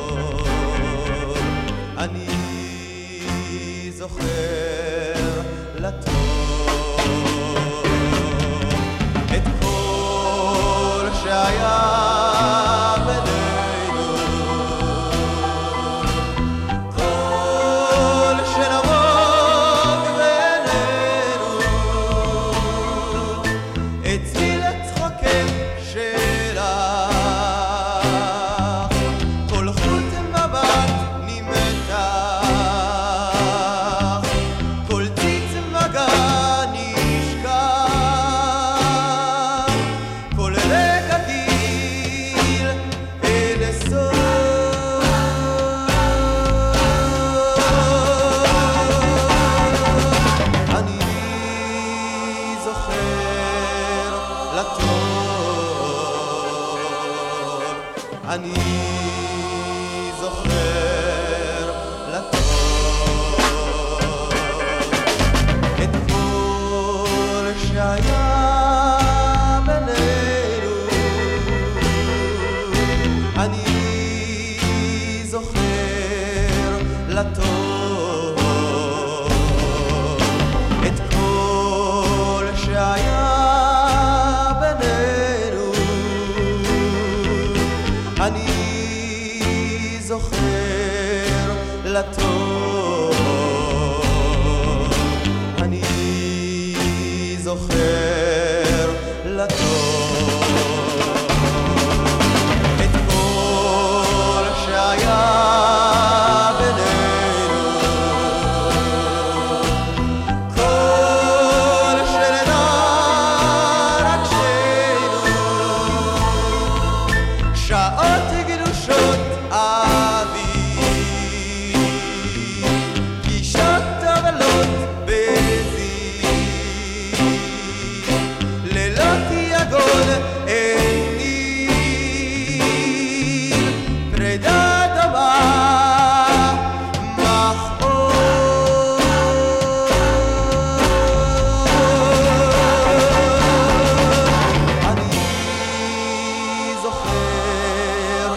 אני זוכר לטוב, את כל שהיה בינינו, כל שנמוג בינינו, אצלי לצחוקם שלך, כל חוט מבט ממתח, כל אני זוכר לטוב את כל שהיה בינינו, אני זוכר לטוב את כל שהיה בינינו, אני זוכר לטוב, אני זוכר לטוב את כל שהיה בינינו, כל שנדע רק שנינו, שעות גדושות אביב, פגישות טובות בזיו, לילות יגון אין ניב, פרידה דומה מכאוב, אני זוכר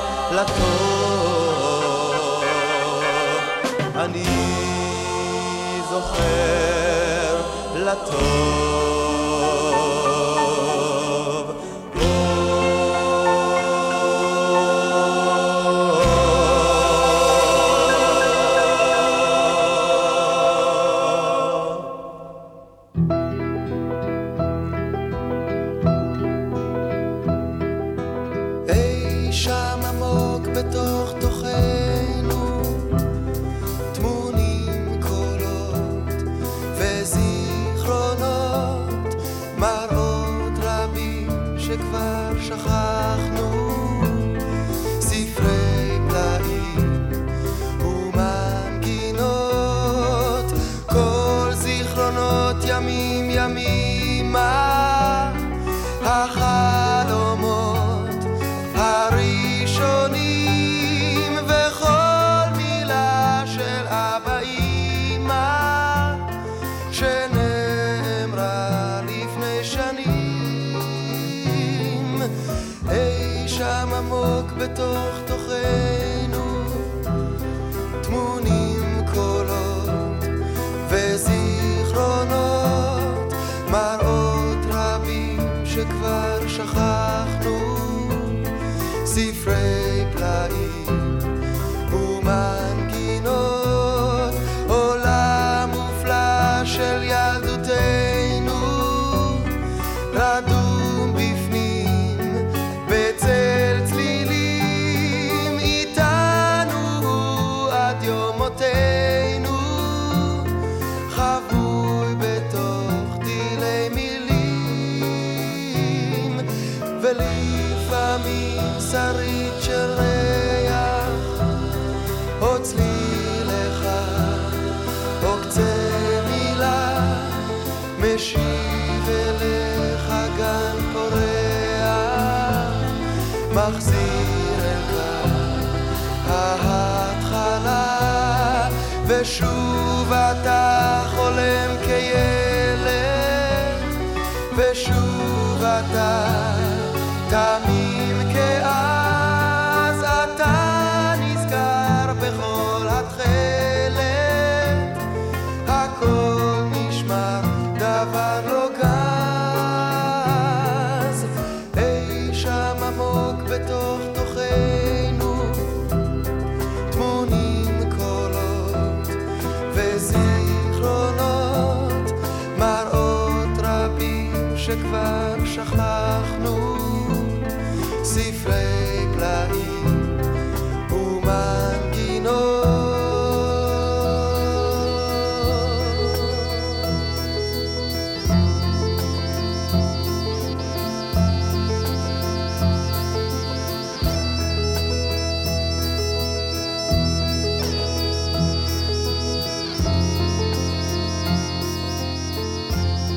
לטוב, אני זוכר לטוב. אי שם עמוק בתוך תוכנו טמונים קולות וזיכרונות, מראות רבים שכבר שכחנו, ספרי פלאים ומנגינות, כל זיכרונות ימים ימימה, החלומות הראשונים וכל מילה של אבא אמא שנאמרה לפני שנים, אי שם עמוק בתוך תוכנו טמונים קולות וזיכרונות, מראות רבים שכבר שכחנו, ספרי פלאים ומנגינות, עולם מופלא של ילדותנו רדום בפנים בצל צלילים, איתנו עד יום מותנו, חבוי בתוך דילי מילים, ולפעמים שרית של ריח או צליל אחד או קצה מילה משיב אליך גן פורח, מחזיר אל כאן ההתחלה, ושוב אתה חולם כילד, ושוב אתה תמים כאז, אתה נזכר בכל התחלת, הכל נשמר דבר לא גז, אי שם עמוק בתוך תוכנו טמונים קולות וזיכרונות, מראות רבים שכבר שכחנו, ספרי פלאים ומנגינות.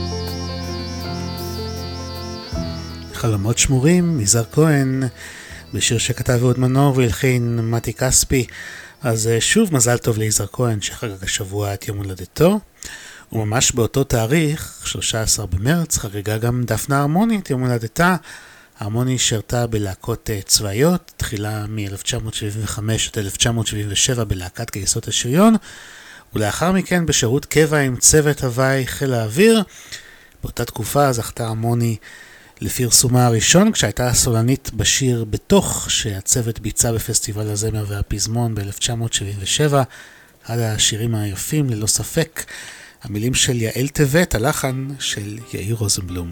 חלומות שמורים, יזהר כהן, בשיר שכתב אהוד מנור והלחין מתי כספי. אז שוב מזל טוב ליזהר כהן שחגג השבוע את יום הולדתו, וממש באותו תאריך, 13 במרץ, חגגה גם דפנה הרמוני את יום הולדתה. הרמוני שרתה בלהקות צבאיות, תחילה מ-1975 עד 1977 בלהקת גייסות השריון, ולאחר מכן בשירות קבע עם צוות הוואי חיל האוויר. באותה תקופה זכתה הרמוני לפרסומה הראשון, כשהייתה הסולנית בשיר בתוך, שהצוות ביצע בפסטיבל הזמר והפזמון ב-1977, אחד השירים היפים ללא ספק. המילים של יעל טבת, הלחן של יאיר רוזנבלום.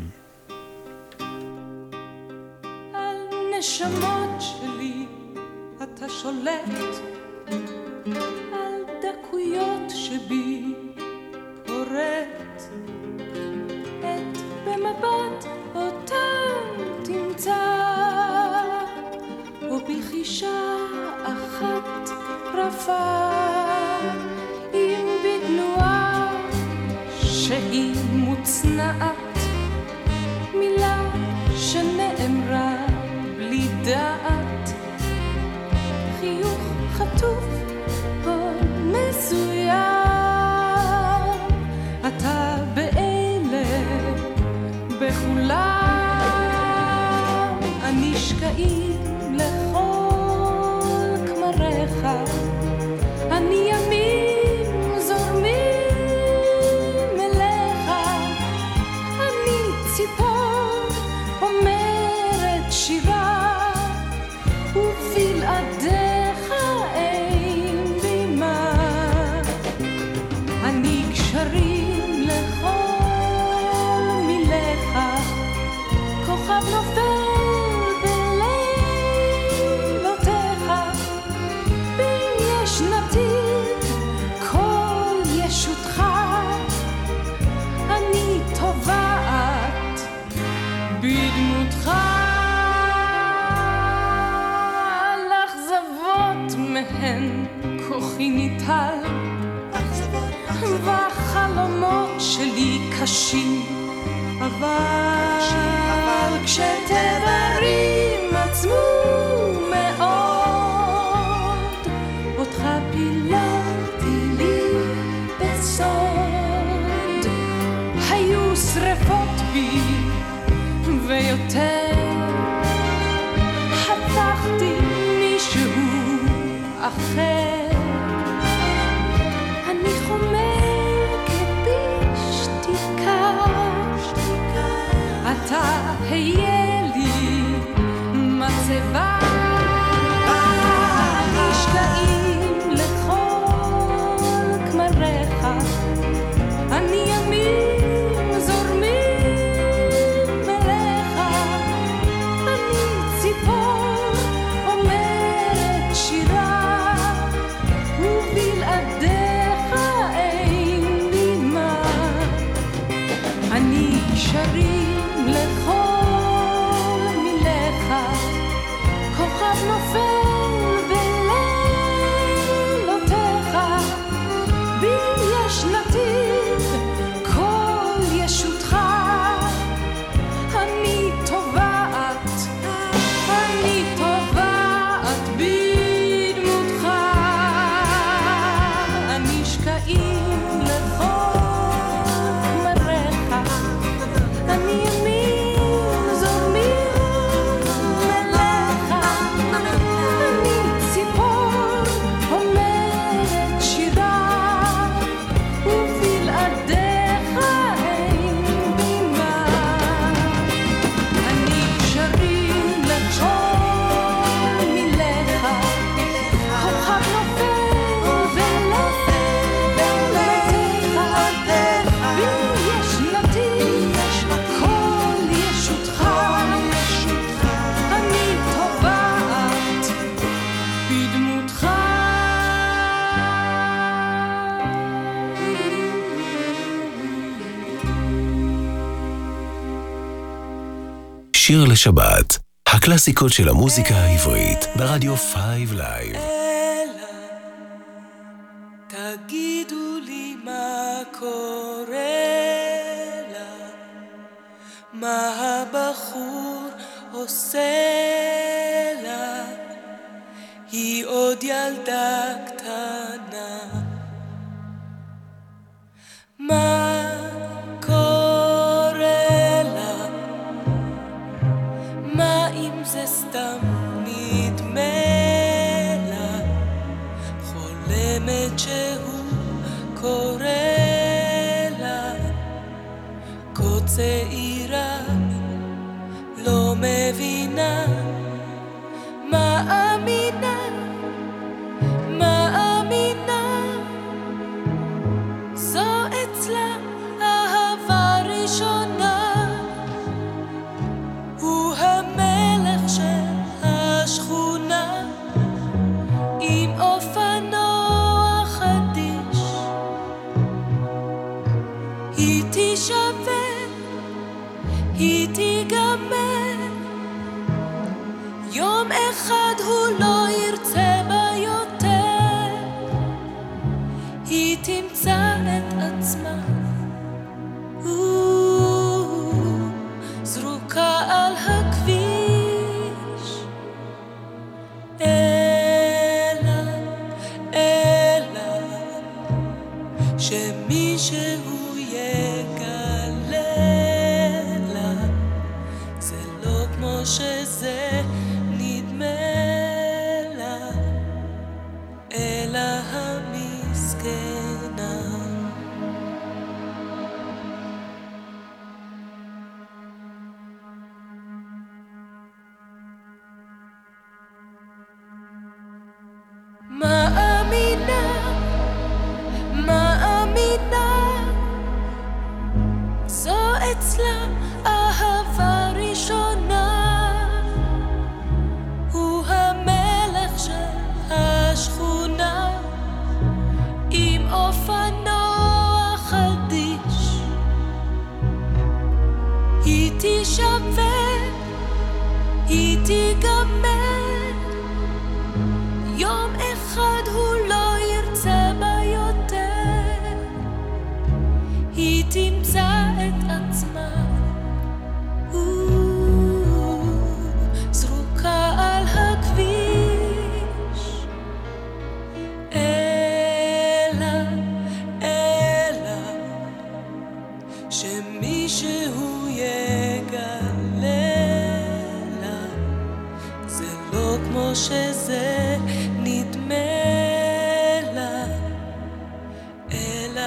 על נשמות שלי אתה שולט, על דקויות שבי פורט, את במבט אותם תמצא, ובחישה אחת רפה, אם בתנועה שהיא מוצנעת, מילה שנאמרה בלי דעת, חיוך חטוף או מסוים, אתה באלה בכולם הנשקעים לכל כמריך, אני ימים זורמים אליך, אני ציפור אומרת שירה, ובלעדיך אין בימה, אני קשרים לכל מילך, כוכב נופל בלילותיך, בין יש נתיב כל ישותך, אני טובעת בדמותך, לאכזבות מהן כוחי ניטל, והחלומות שלי קשים, אבל כשתדרים עצמו מאוד, אותך פיללתי לי בסוד, היו שרפות בי ויותר, הפכתי מישהו אחר, אני חומקת בשתיקה, אתה היה לי מצבה, נשקעים לכל כמריך, אני ימים זורמים אליך, אני ציפור אומרת שירה, ובלעדיך אין לי מה, אני קשרים לכל מילך, כוכב נופל בלילותיך, בין יש נתיב כל ישותך, אני טובעת בדמותך, הנשקעים לכל כמריך, אני ימים זורמים אליך, אני ציפור אומרת שירה, ובלעדיך אין בימה, אני קשרים לכל מילך, כוכב נופל בלילותיך, בין יש נתיב כל ישותך, אני טובעת בדמותך. שיר לשבת, הקלאסיקות של המוזיקה העברית ברדיו 5 לייב. תגידו לי מה קורה לה, מה הבחור עושה לה, ילדה קטנה. מה קורה לה? מה אם זה סתם נדמה לה? חולמת שהוא קורא לה, כה צעירה לא מבינה, מאמינה, מאמינה, זו אצלה אהבה ראשונה, הוא המלך של השכונה, עם אופנוע חדיש, היא תשווה, היא תיגמר, יום אחד הוא לא ירצה בה יותר, היא תמצא את עצמה זרוקה על הכביש, אלא שמישהו יגלה לה, זה לא כמו שזה נדמה לה, אלא המסכנה. מאמינה, מאמינה, זו אצלה אהבה ראשונה, הוא המלך של השכונה, עם אופנוע חדיש, היא תשווה, היא תיגמר, יום אחד הוא לא ירצה בה יותר, היא תמצא את עצמה זרוקה על הכביש, אלא שמישהו יגלה לה, זה לא כמו שזה נדמה לה, אלא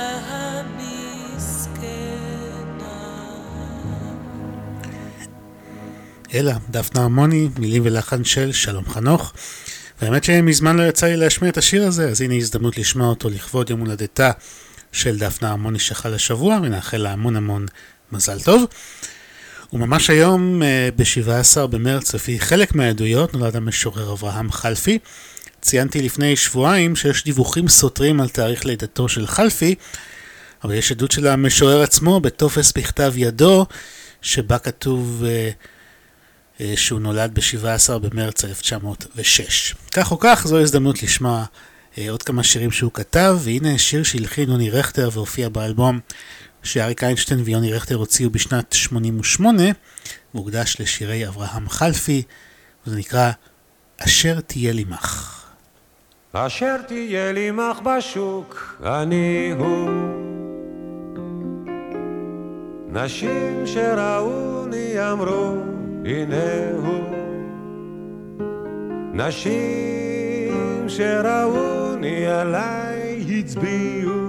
המסכנה. אלא, דפנה הרמוני, מילים ולחן של שלום חנוך. והאמת שמזמן לא יצא לי להשמיע את השיר הזה, אז הנה הזדמנות לשמוע אותו לכבוד יום הולדתה של דפנה הרמוני שחל השבוע, ונאחל לה המון המון מזל טוב. וממש היום, ב-17 במרץ, לפי חלק מהעדויות, נולד המשורר אברהם חלפי. ציינתי לפני שבועיים שיש דיווחים סותרים על תאריך לידתו של חלפי, אבל יש עדות של המשורר עצמו בטופס בכתב ידו, שבה כתוב שהוא נולד ב-17 במרץ 1906. כך או כך, זו הזדמנות לשמוע עוד כמה שירים שהוא כתב, והנה שיר שהלחין יוני רכטר והופיע באלבום שאריק איינשטיין ויוני רכטר הוציאו בשנת 88, והוקדש לשירי אברהם חלפי, וזה נקרא אשר תהיה לי מח. אשר תהיה לי מח בשוק, אני הוא. נשים שראוני אמרו, הנה הוא. נשים שראוני עליי הצביעו,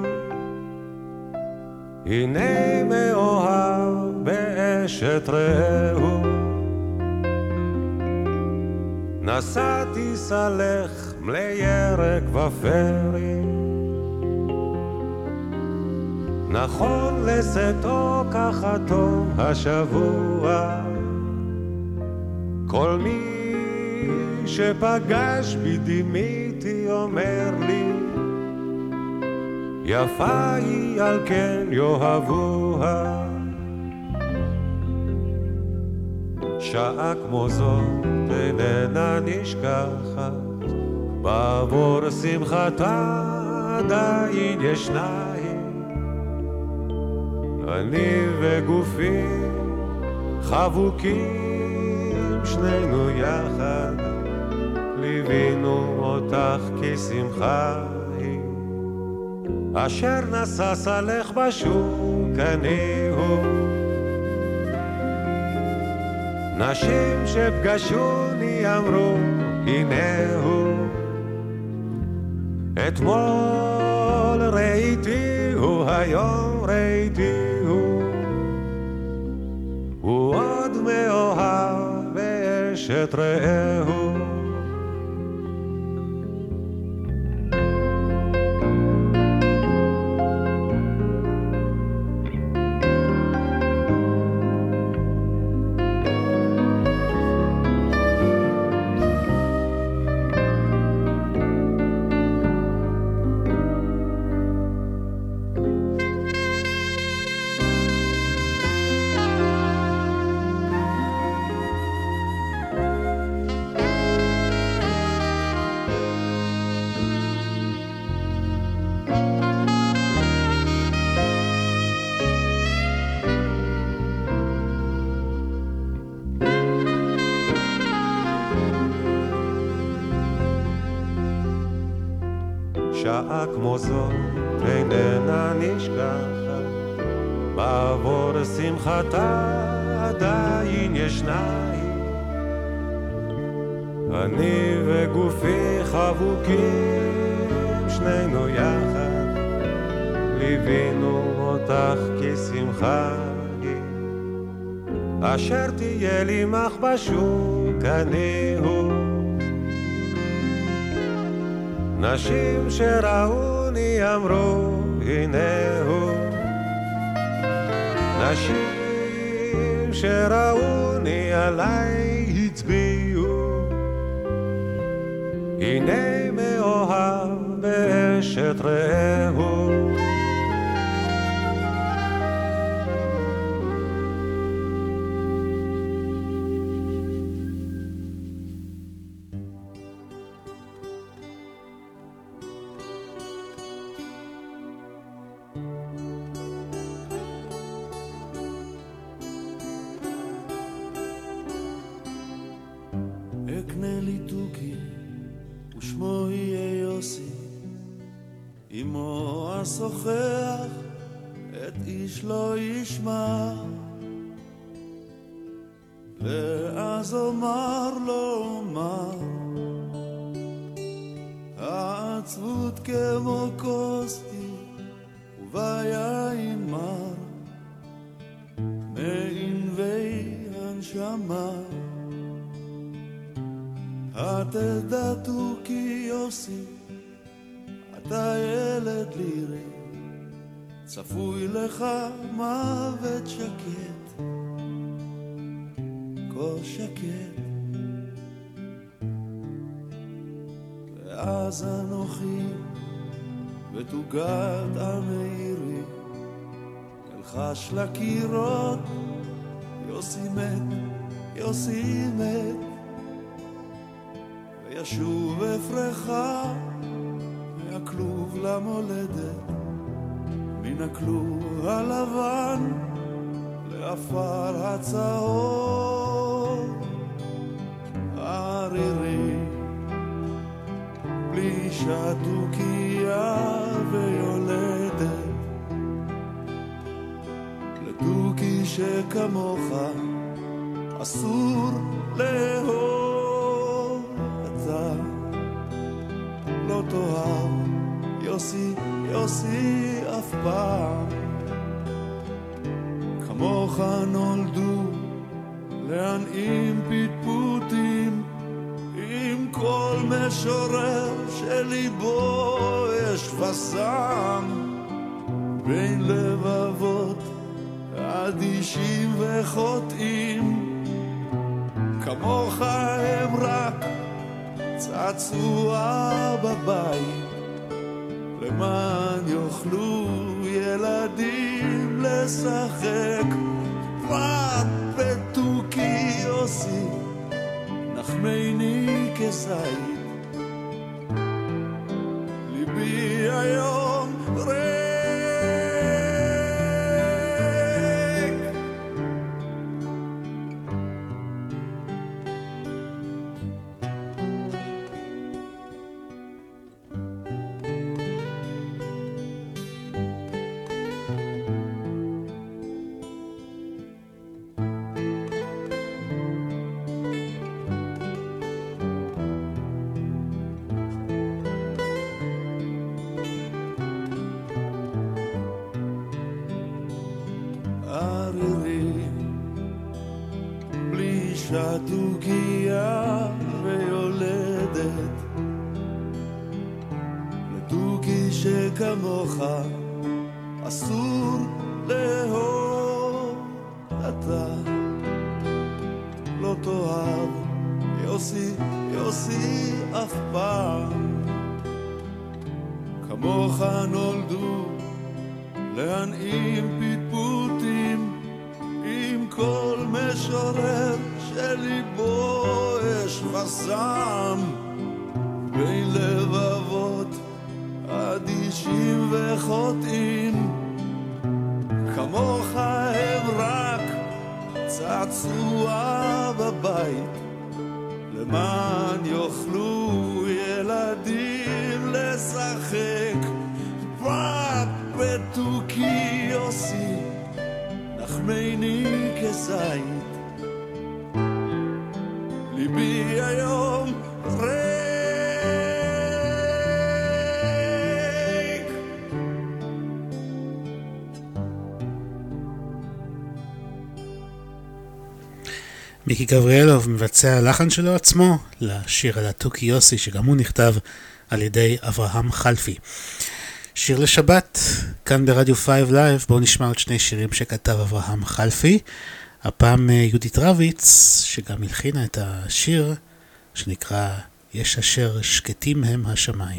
הנה מאוהב באשת רעהו. נסעתי סלך מלי ירק ופרי, נכון לשאתו כחתו השבוע. כל מי שפגש בי דימיתי אומר לי, יפה היא על כן יאהבוה. שעה כמו זאת איננה נשכחת, בעבור שמחתה עדיין ישנה היא. אני וגופי חבוקים שנינו יחד, ליווינו אותך כשמחה היא, אשר נשא סלך בשוק אני הוא. נשים שפגשוני אמרו הנה הוא, אתמול ראיתי הוא, היום ראיתי הוא עוד מאוהב באשת רעהו. שעה כמו זאת איננה נשכחת, בעבור שמחתה עדיין ישנה היא. אני וגופי חבוקים שנינו יחד, ליווינו אותך כשמחה היא, אשר תהיה לי מחבשוק אני הוא. נשים שראוני אמרו הנה הוא, נשים שראוני עליי הצביעו, הנה מאוהב באשת רעהו. אקנה לי תוכי ושמו יהיה יוסי, אמו השוחח את איש לא ישמע, ואז אומר לו אומר העצבות כמו כוסתי וביין מר מענבי הנשמה. התדע תוכי יוסי, אתה ילד לירי, צפוי לך מוות שקט, כה שקט. ואז אנוכי בתוגת המאירי אלחש לקירות, יוסי מת, יוסי מת, וישוב אפרחה מהכלוב למולדת, מן הכלוב הלבן לאפר הצהוב ערירי, בלי שתוכיה ויולדת, לתוכי שכמוך אסור לאהוב. אתה לא תאהב יוסי, יוסי אף פעם, כמוך נולדו להנעים פטפוטים, עם כל משורר שליבו יש וסם, בין לבבות אדישים וחוטאים, כמוך הם רק צעצוע בבית, למען יוכלו ילדים לשחק. פרט בתוכי יוסי, נחמני כזית, ליבי היום ריק. לתוכיה ויולדת, לתוכי שכמוך אסור לאהוב, אתה לא תאהב יוסי, יוסי אף פעם. כמוך נולדו להנעים פטפוטים, עם כל משורר שליבו אש ושם, בין לבבות אדישים וחוטאים. כמוך הם רק צעצוע בבית, למען יוכלו ילדים לשחק. פרט בתוכי יוסי, נחמני כזית, ליבי היום ריק. מיקי גבריאלוב מבצע לחן שלו עצמו לשיר על התוכי יוסי, שגם הוא נכתב על ידי אברהם חלפי. שיר לשבת, כאן ברדיו 5 לייב. בואו נשמע עוד שני שירים שכתב אברהם חלפי. הפעם יהודית רביץ, שגם הלחינה את השיר שנקרא יש אשר שקטים הם השמיים.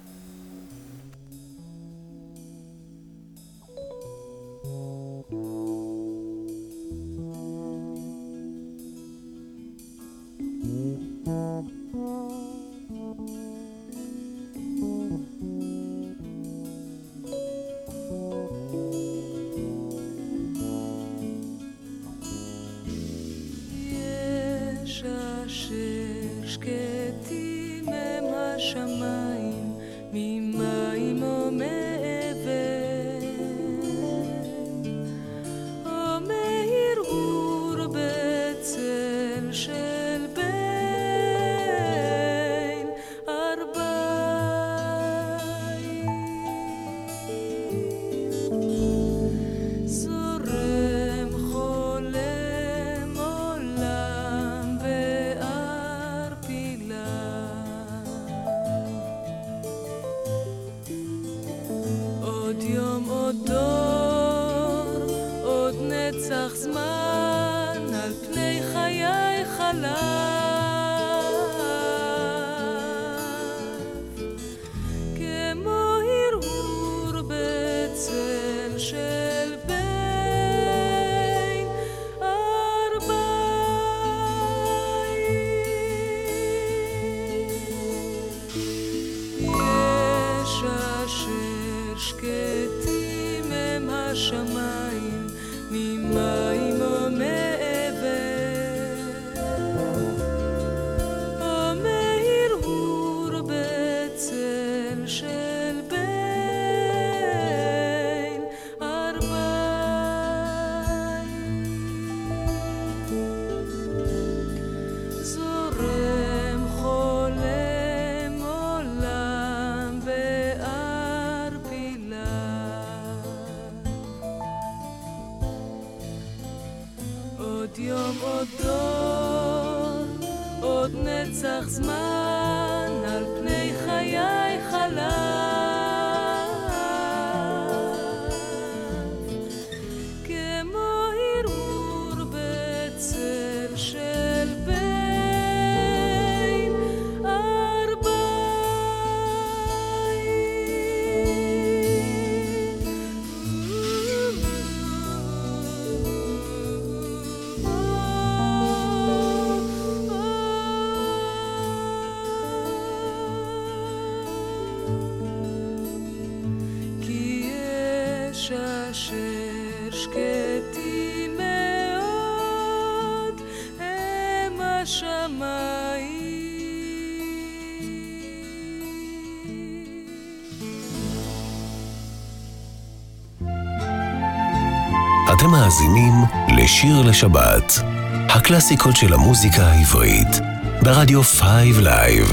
אתם מאזינים לשיר לשבת, הקלאסיקות של המוזיקה העברית, ברדיו 5 לייב.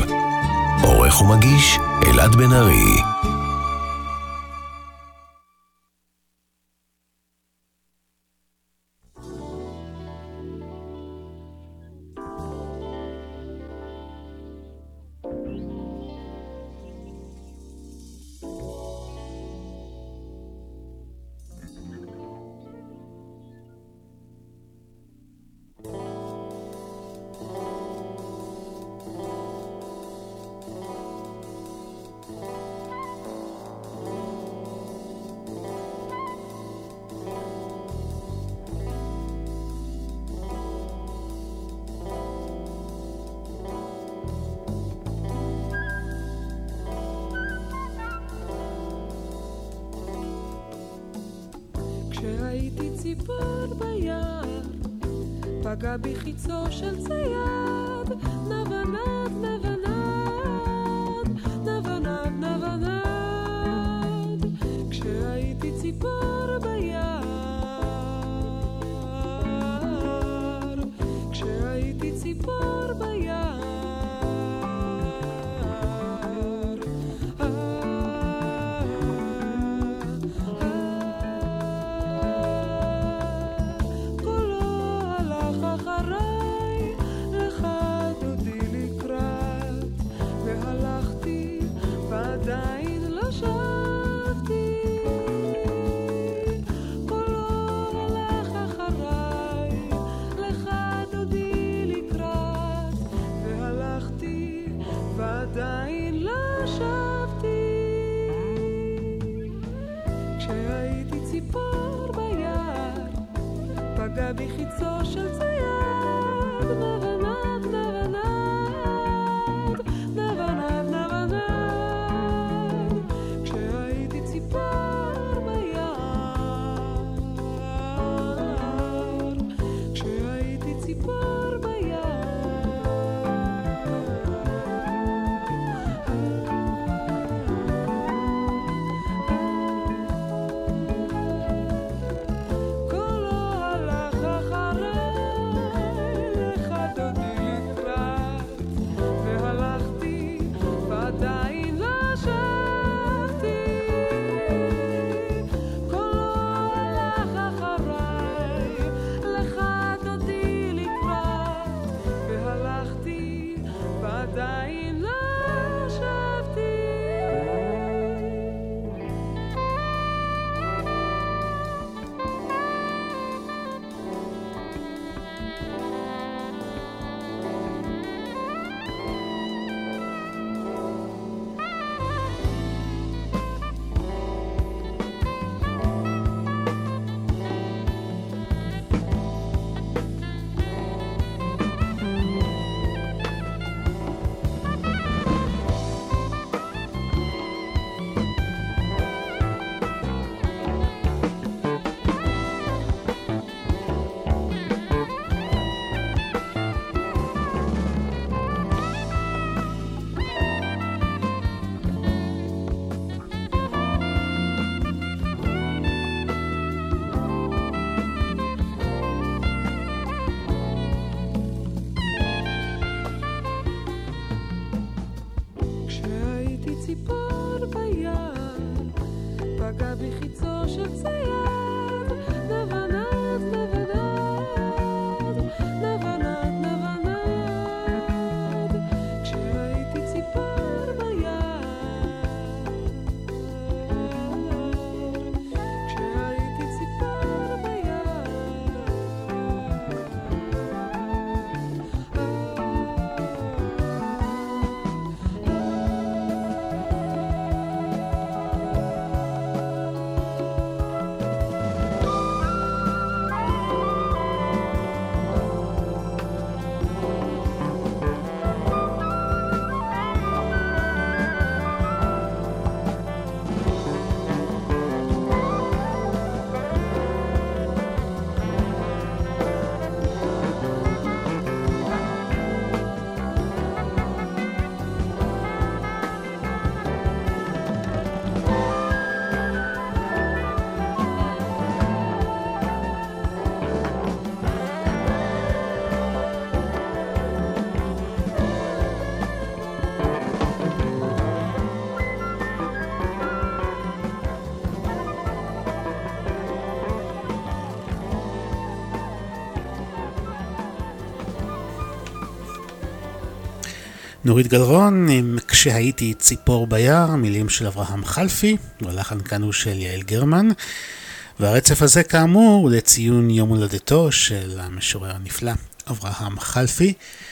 עורך ומגיש אלעד בן ארי. פגע בחיצו של צייד, נבנד, נבנד, נבנד, נבנד, כשהייתי ציפור ביער, כשהייתי ציפור ביער. עדיין לא שבתי, קולו הלך אחריי, לך דודי לקראת, והלכתי ועדיין לא שבתי. כשהייתי ציפור ביער, פגע בחיצו של צייד, נבנד, נבנד, נבנד, נבנד, נורית גלרון עם כשהייתי ציפור ביער, מילים של אברהם חלפי, והלחן כאן הוא של יעל גרמן. והרצף הזה כאמור הוא לציון יום הולדתו של המשורר הנפלא אברהם חלפי.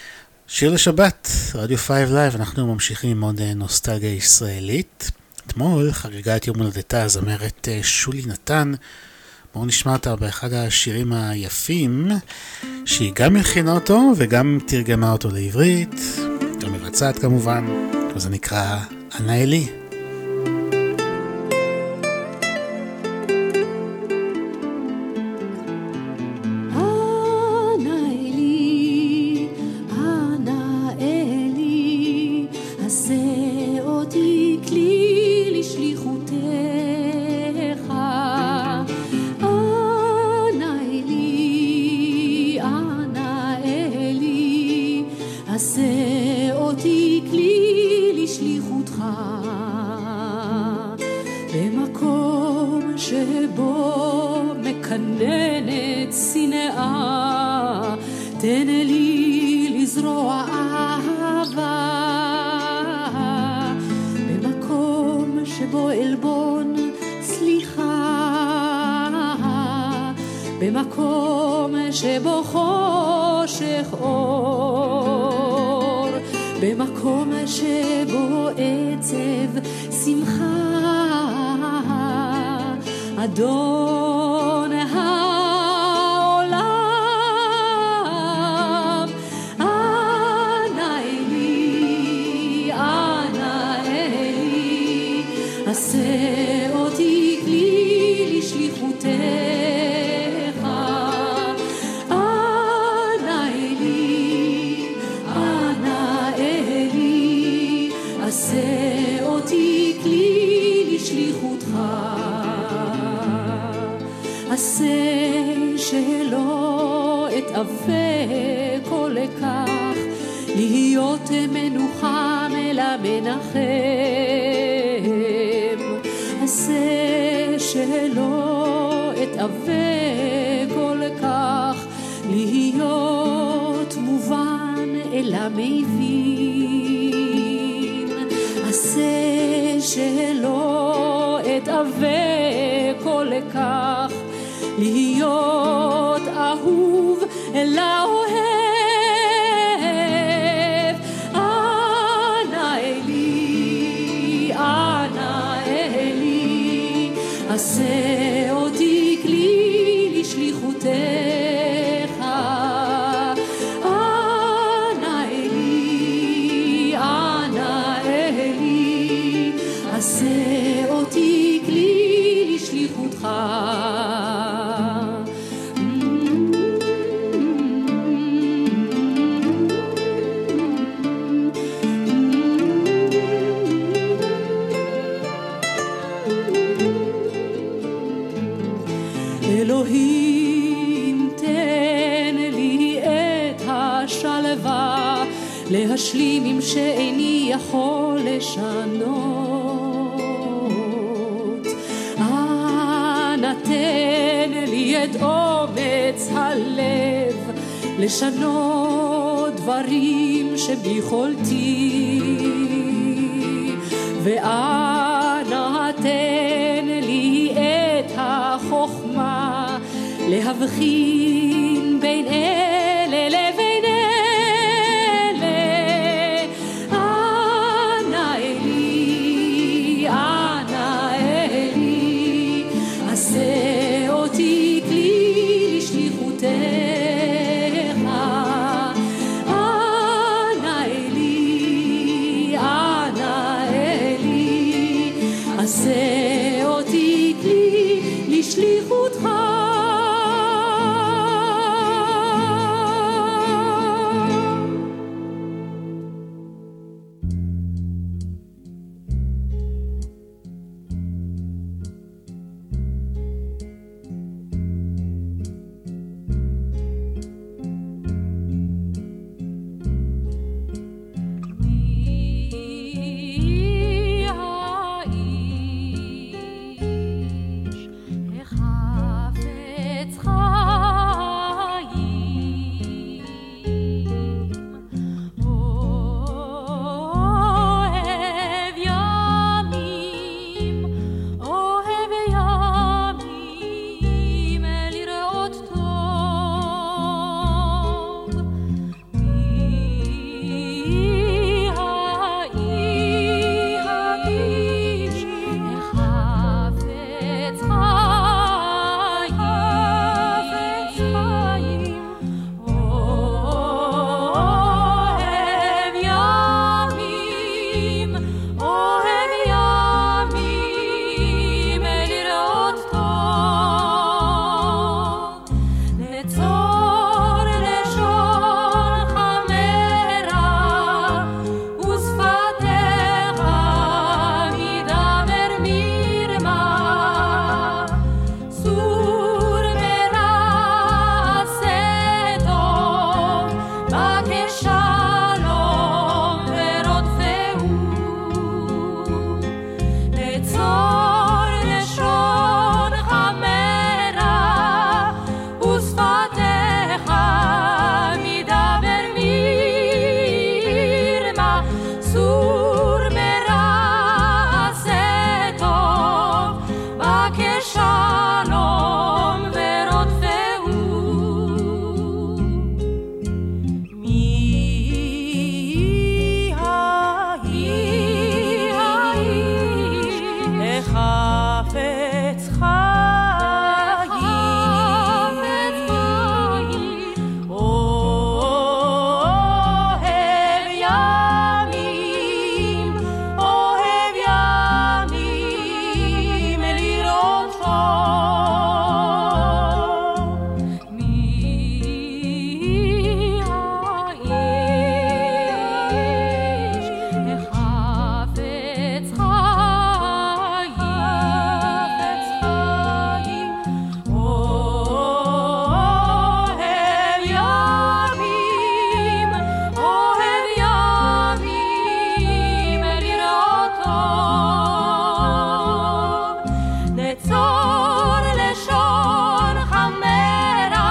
שיר לשבת, רדיו 5 לייב, אנחנו ממשיכים עם עוד נוסטלגיה ישראלית. אתמול חגגה את יום הולדתה הזמרת שולי נתן. בואו נשמע אותה באחד השירים היפים, שהיא גם הכינה אותו וגם תרגמה אותו לעברית, גם מבצעת כמובן, וזה נקרא ענה אלי. ענה אלי תן לי לזרוע אהבה במקום שבו אלבון סליחה, במקום שבו חושך אור, במקום שבו עצב שמחה. אדון העולם, אנא אלי, אנא אלי, עשה אותי כלי לשליחותך. אנא אלי, אנא אלי, עשה אותי כלי לשליחותך. עשה שלא אתאווה כל כך, להיות מנוחם אל המנחם. עשה שלא אתאווה כל כך, להיות מובן אל המבין. עשה שלא אתאווה כל כך, להיות אהוב אל האוהב. אנא אלי, אנא אלי, עשה אותי כלי לשליחותך. אנא אלי, אנא אלי, עשה אותי כלי לשליחותך. אלוהים תן לי את השלווה להשלים עם שאיני יכול לשנות. אנא תן לי את אומץ הלב לשנות דברים שביכולתי. ואנא תן לי את החוכמה להבחין בין אלה לבין אלה. אנא אלי, אנא אלי, עשה אותי כלי לשליחותך. אנא אלי, אנא אלי, עשה אותי כלי לשליחותך. מי האיש צור מרע עשה טוב, בקש שלום ורודפהו. מי האיש החפץ חיים, אוהב ימים לראות טוב. מי האיש החפץ חיים, אוהב ימים לראות טוב. נצור לשון חמרה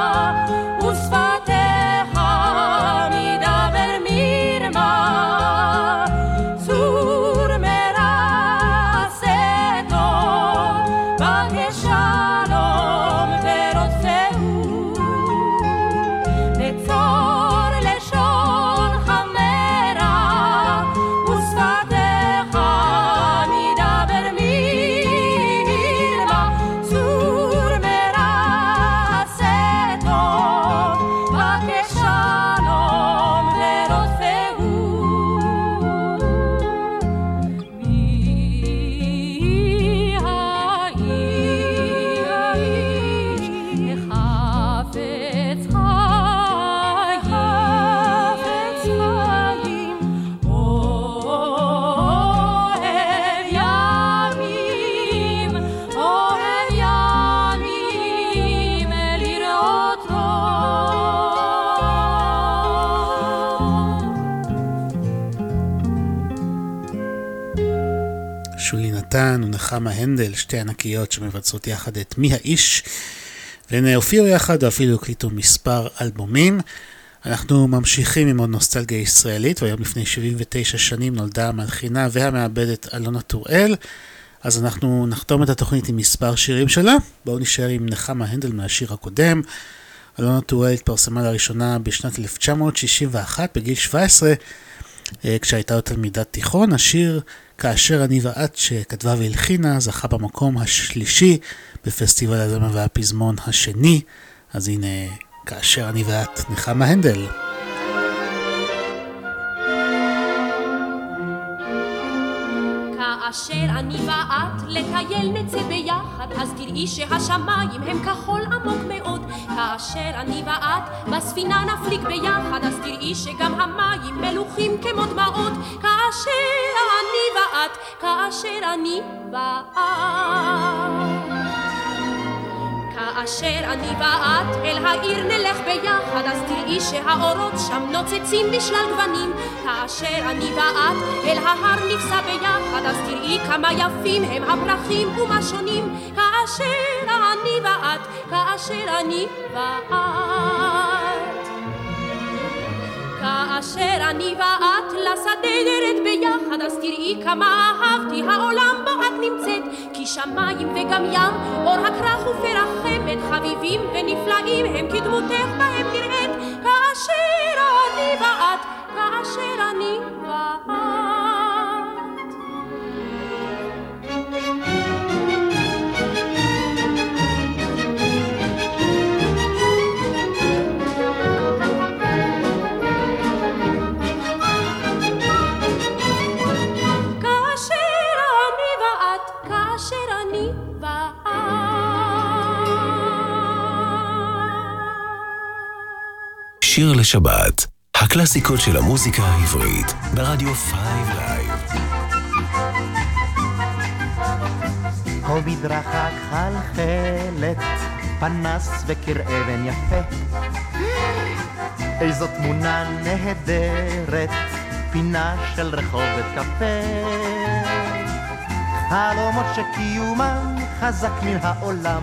ושפתיך מדבר מרמה, צור מרע עשה טוב, בקש שלום ורודפהו. נצור לשון חמרה ושפתיך מדבר מרמה, צור מרע עשה טוב, בקש שלום ורודפהו. מי האיש החפץ חיים, אוהב ימים לראות טוב. שולי נתן ונחמה הנדל, שתי ענקיות שמבצעות יחד את מי האיש, והן הופיעו יחד ואפילו הקליטו מספר אלבומים. אנחנו ממשיכים עם עוד נוסטלגיה ישראלית, והיום לפני 79 שנים נולדה המלחינה והמעבדת אלונה טוראל, אז אנחנו נחתום את התוכנית עם מספר שירים שלה. בואו נשאר עם נחמה הנדל מהשיר הקודם. אלונה טוראל התפרסמה לראשונה בשנת 1961 בגיל 17, כשהייתה עוד תלמידת תיכון. השיר כאשר אני ואת שכתבה והלחינה זכה במקום השלישי בפסטיבל הזמר והפזמון השני. אז הנה כאשר אני ואת, נחמה הנדל. כאשר אני ואת לטייל נצא ביחד, אז תראי שהשמיים הם כחול עמוק מאוד. כאשר אני ואת בספינה נפליג ביחד, אז תראי שגם המים מלוכים כמו דמעות. כאשר אני ואת, כאשר אני ואת, כאשר אני ואת אל העיר נלך ביחד, אז תראי שהאורות שם נוצצים בשלל גוונים. כאשר אני ואת אל ההר נפסע ביחד, אז תראי כמה יפים הם הפרחים ומה שונים. כאשר אני ואת, כאשר אני ואת, כאשר אני ואת לשדה נרד ביחד, אז תראי כמה אהבתי העולם בו את נמצאת. כי שמיים וגם ים, אור הכרך ופרח חמד, חביבים ונפלאים הם כדמותך בהם נראית. כאשר אני ואת, כאשר אני ואת. שיר לשבת, הקלאסיקות של המוזיקה העברית, ברדיו 5 לייב. כל מדרכה חלחלת, פנס וקיר אבן יפה. איזו תמונה נהדרת, פינה של רחובת קפה. חלומות שקיומם חזק מן העולם,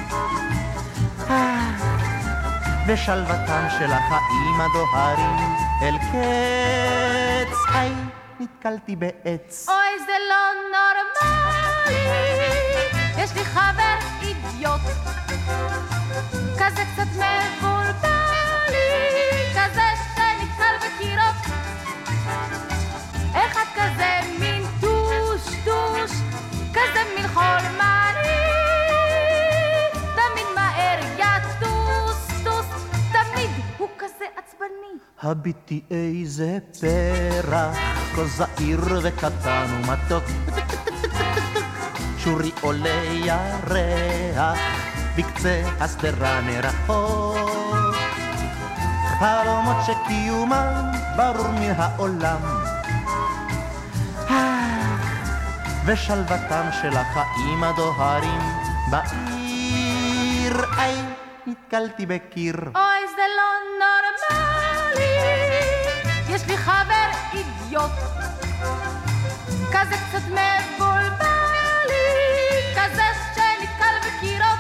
ושלוותם של החיים הדוהרים אל קץ, היי, נתקלתי בעץ. אוי, זה לא נורמלי, יש לי חבר אידיוט, כזה קצת מבולבלי, כזה שנתקל בקירות, אחד כזה מין טוש, כזה מין חולמני, תמיד מהר יטוס, תמיד הוא כזה עצבני. הביטי איזה פרח, כה זעיר וקטן ומתוק, שורי עולה ירח, בקצה הסדרה מרחוק, חלומות שקיומם ברור מן העולם, ושלוותם של החיים הדוהרים בעיר. איי, נתקלתי בקיר. אוי, זה לא נורמלי, יש לי חבר אידיוט, כזה קצת מבולבלי, כזה שנתקל בקירות,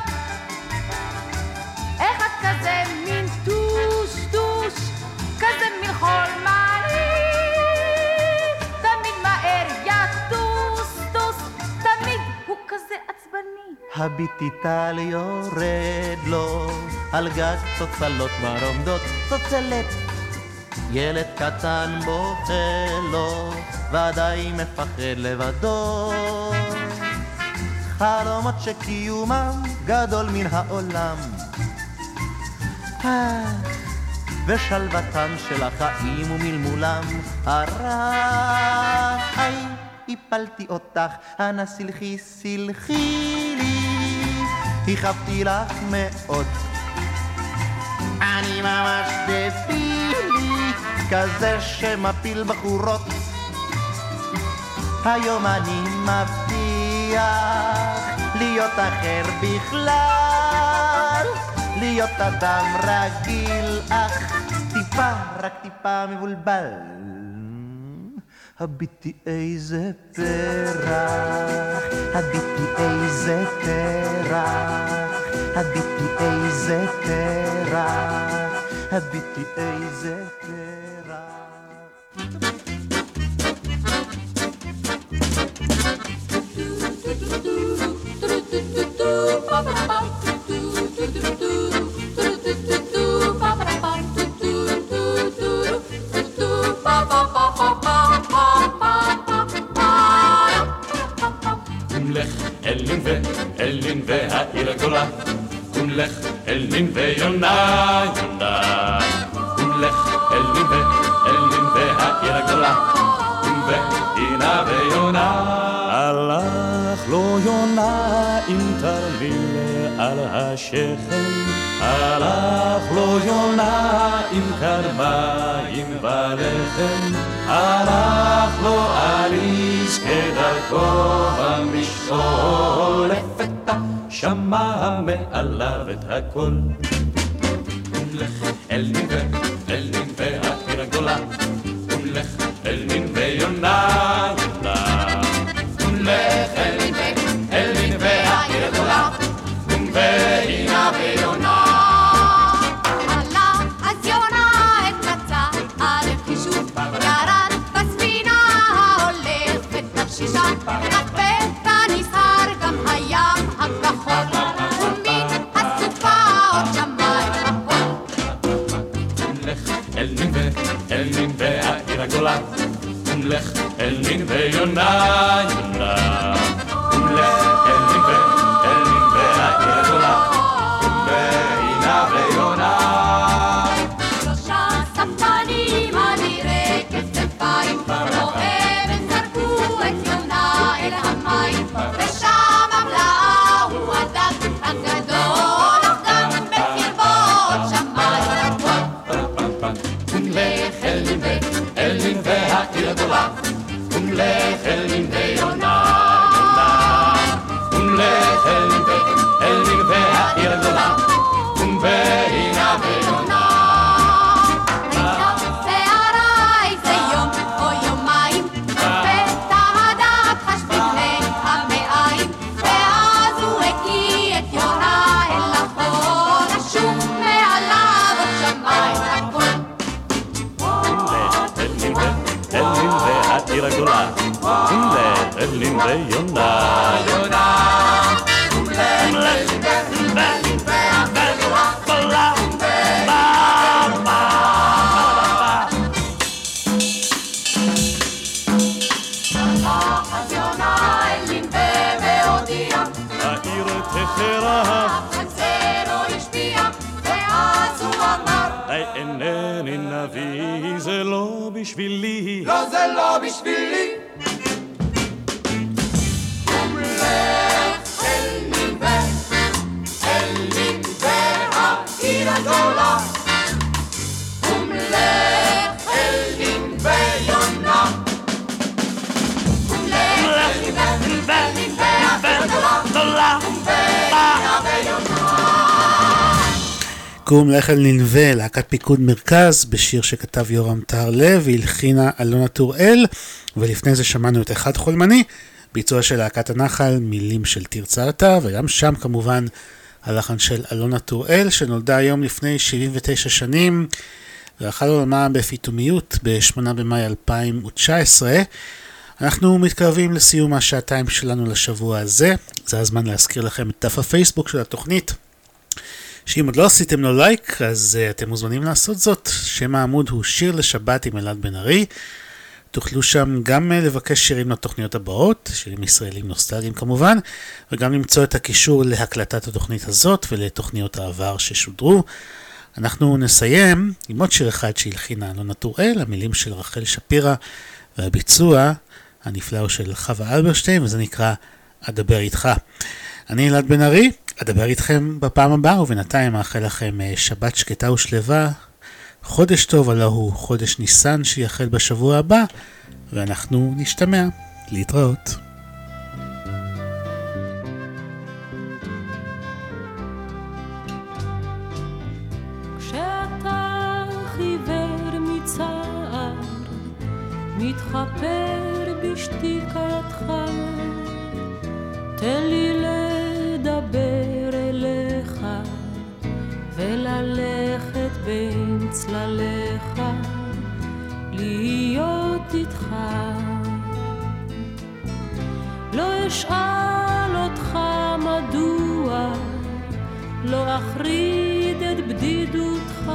אחד כזה מין טוש, כזה מין חולמני, תמיד מהר יטוס, תמיד הוא כזה עצבני. הביטי טל יורד לו על גג צוצלות מרומדות, צוצלת ילד קטן בוכה לו, ודאי מפחד לבדו, חלומות שקיומם גדול מן העולם, ושלוותם של החיים ומלמולם הרע. איי, הפלתי אותך, אנא סלחי לי, הכאבתי לך מאוד, אני ממש דבילי, כזה שמפיל בחורות, היום אני מבטיח להיות אחר בכלל, להיות אדם רגיל, אך טיפה, רק טיפה מבולבל. הביטי איזה פרח, הביטי איזה פרח, הביטי איזה פרח, הביטי איזה פרח. אלין והעיר הגדולה, קום לך אלין ויונה, יונה. קום לך אלין והעיר הגדולה, קום ואינה ויונה. הלך לו יונה עם תרמיל על השכם, הלך לו יונה עם קרמיים ולחם, הלך לו אליס כדרכו במשעול, לפתע שמע מעליו את הכל. קום לך אלין והעיר הגדולה, קום לך אלין ויונה, יונה. קום לך אלין והעיר הגדולה, קום ואינה ויונה. לפתע נסהר גם הים הכחול, ומן הסופה עוד שמע את הכל. קום לך אלין והעיר הגדולה, קום לך אלין ויונה, יונה. קום לך אלין והעיר הגדולה, קום ואינה ויונה. שלושה ספנים אדירי כתפיים, ושם המלאה הוא הדג הגדול, אך גם בקרבו עוד שמע את הכל. קום לך אלין והעיר הגדולה, קום לך אלין ויונה, יונה. קום לך אלין והעיר הגדולה, קום ואינה ויונה. הגדולה, ומלך ויונה. אינני נביא, זה לא בשבילי. לא, זה לא בשבילי. ומלך אל נינווה, אל נינווה העיר הגדולה. ומלך אל נינווה יונה. ומלך אל נינווה העיר הגדולה. קום לך אל נינווה, להקת פיקוד מרכז, בשיר שכתב יורם טהרלב והלחינה אלונה טוראל, ולפני זה שמענו את אחד חולמני, ביצוע של להקת הנחל, מילים של תרצה אתה, וגם שם כמובן הלחן של אלונה טוראל, שנולדה היום לפני 79 שנים, והלכה לעולמה בפתאומיות ב-8 במאי 2019. אנחנו מתקרבים לסיום השעתיים שלנו לשבוע הזה, זה הזמן להזכיר לכם את דף הפייסבוק של התוכנית, שאם עוד לא עשיתם לו לייק, אז אתם מוזמנים לעשות זאת. שם העמוד הוא שיר לשבת עם אלעד בן ארי. תוכלו שם גם לבקש שירים לתוכניות הבאות, שירים ישראלים נוסטלגיים כמובן, וגם למצוא את הקישור להקלטת התוכנית הזאת ולתוכניות העבר ששודרו. אנחנו נסיים עם עוד שיר אחד שהלחינה אלונה טוראל, המילים של רחל שפירא, והביצוע הנפלא של חווה אלברשטיין, וזה נקרא אדבר איתך. אני אלעד בן ארי, אדבר איתכם בפעם הבאה, ובינתיים מאחל לכם שבת שקטה ושלווה, חודש טוב, הלא הוא חודש ניסן שיחל בשבוע הבא, ואנחנו נשתמע. להתראות. כשאתה חיוור מצער, מתחפר בשתיקתך, תן לי לדבר אליך וללכת בין צלליך, להיות איתך. לא אשאל אותך מדוע, לא אחריד את בדידותך,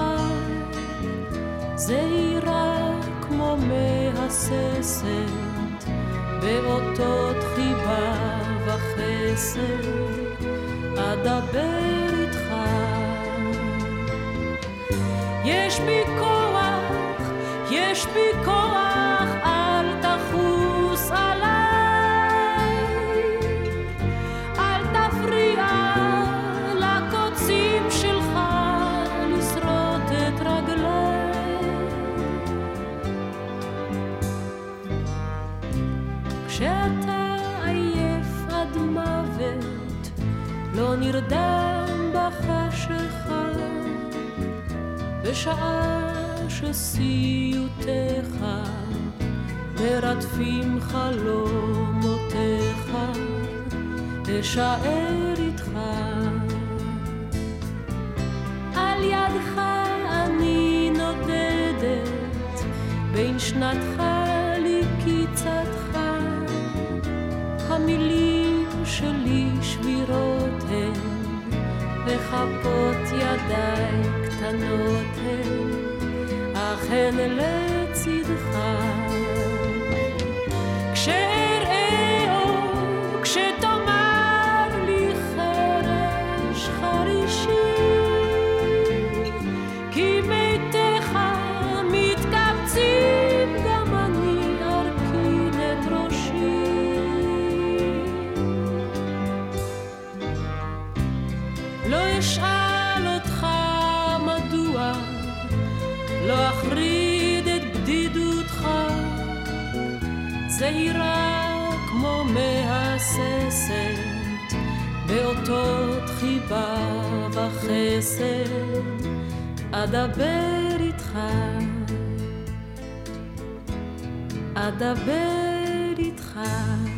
זהירה כמו מהססת באותות חיבה וחסד, אדבר איתך. יש בי כוח, יש בי כוח, אל תחוס עליי, אל תפריע לקוצים שלך לשרוט את רגליי. כשאתה עייף עד מוות, לא נרדם בחשכה, בשעה שסיוטיך מרדפים חלומותיך, אשאר איתך. על ידך אני נודדת, בין שנתך לקיצתך, המילים שלי שבירות הן, וחפות ידיי קטנות הן, אך הן לצדך. כשאראה או כשתאמר לי חרש חרישי, כי מתיך מתקבצים, גם אני ארכין את ראשי. לא אשאל אותך מדוע, לא אחריד את בדידותך, זהירה כמו מהססת באותות חיבה וחסד, אדבר איתך, אדבר איתך.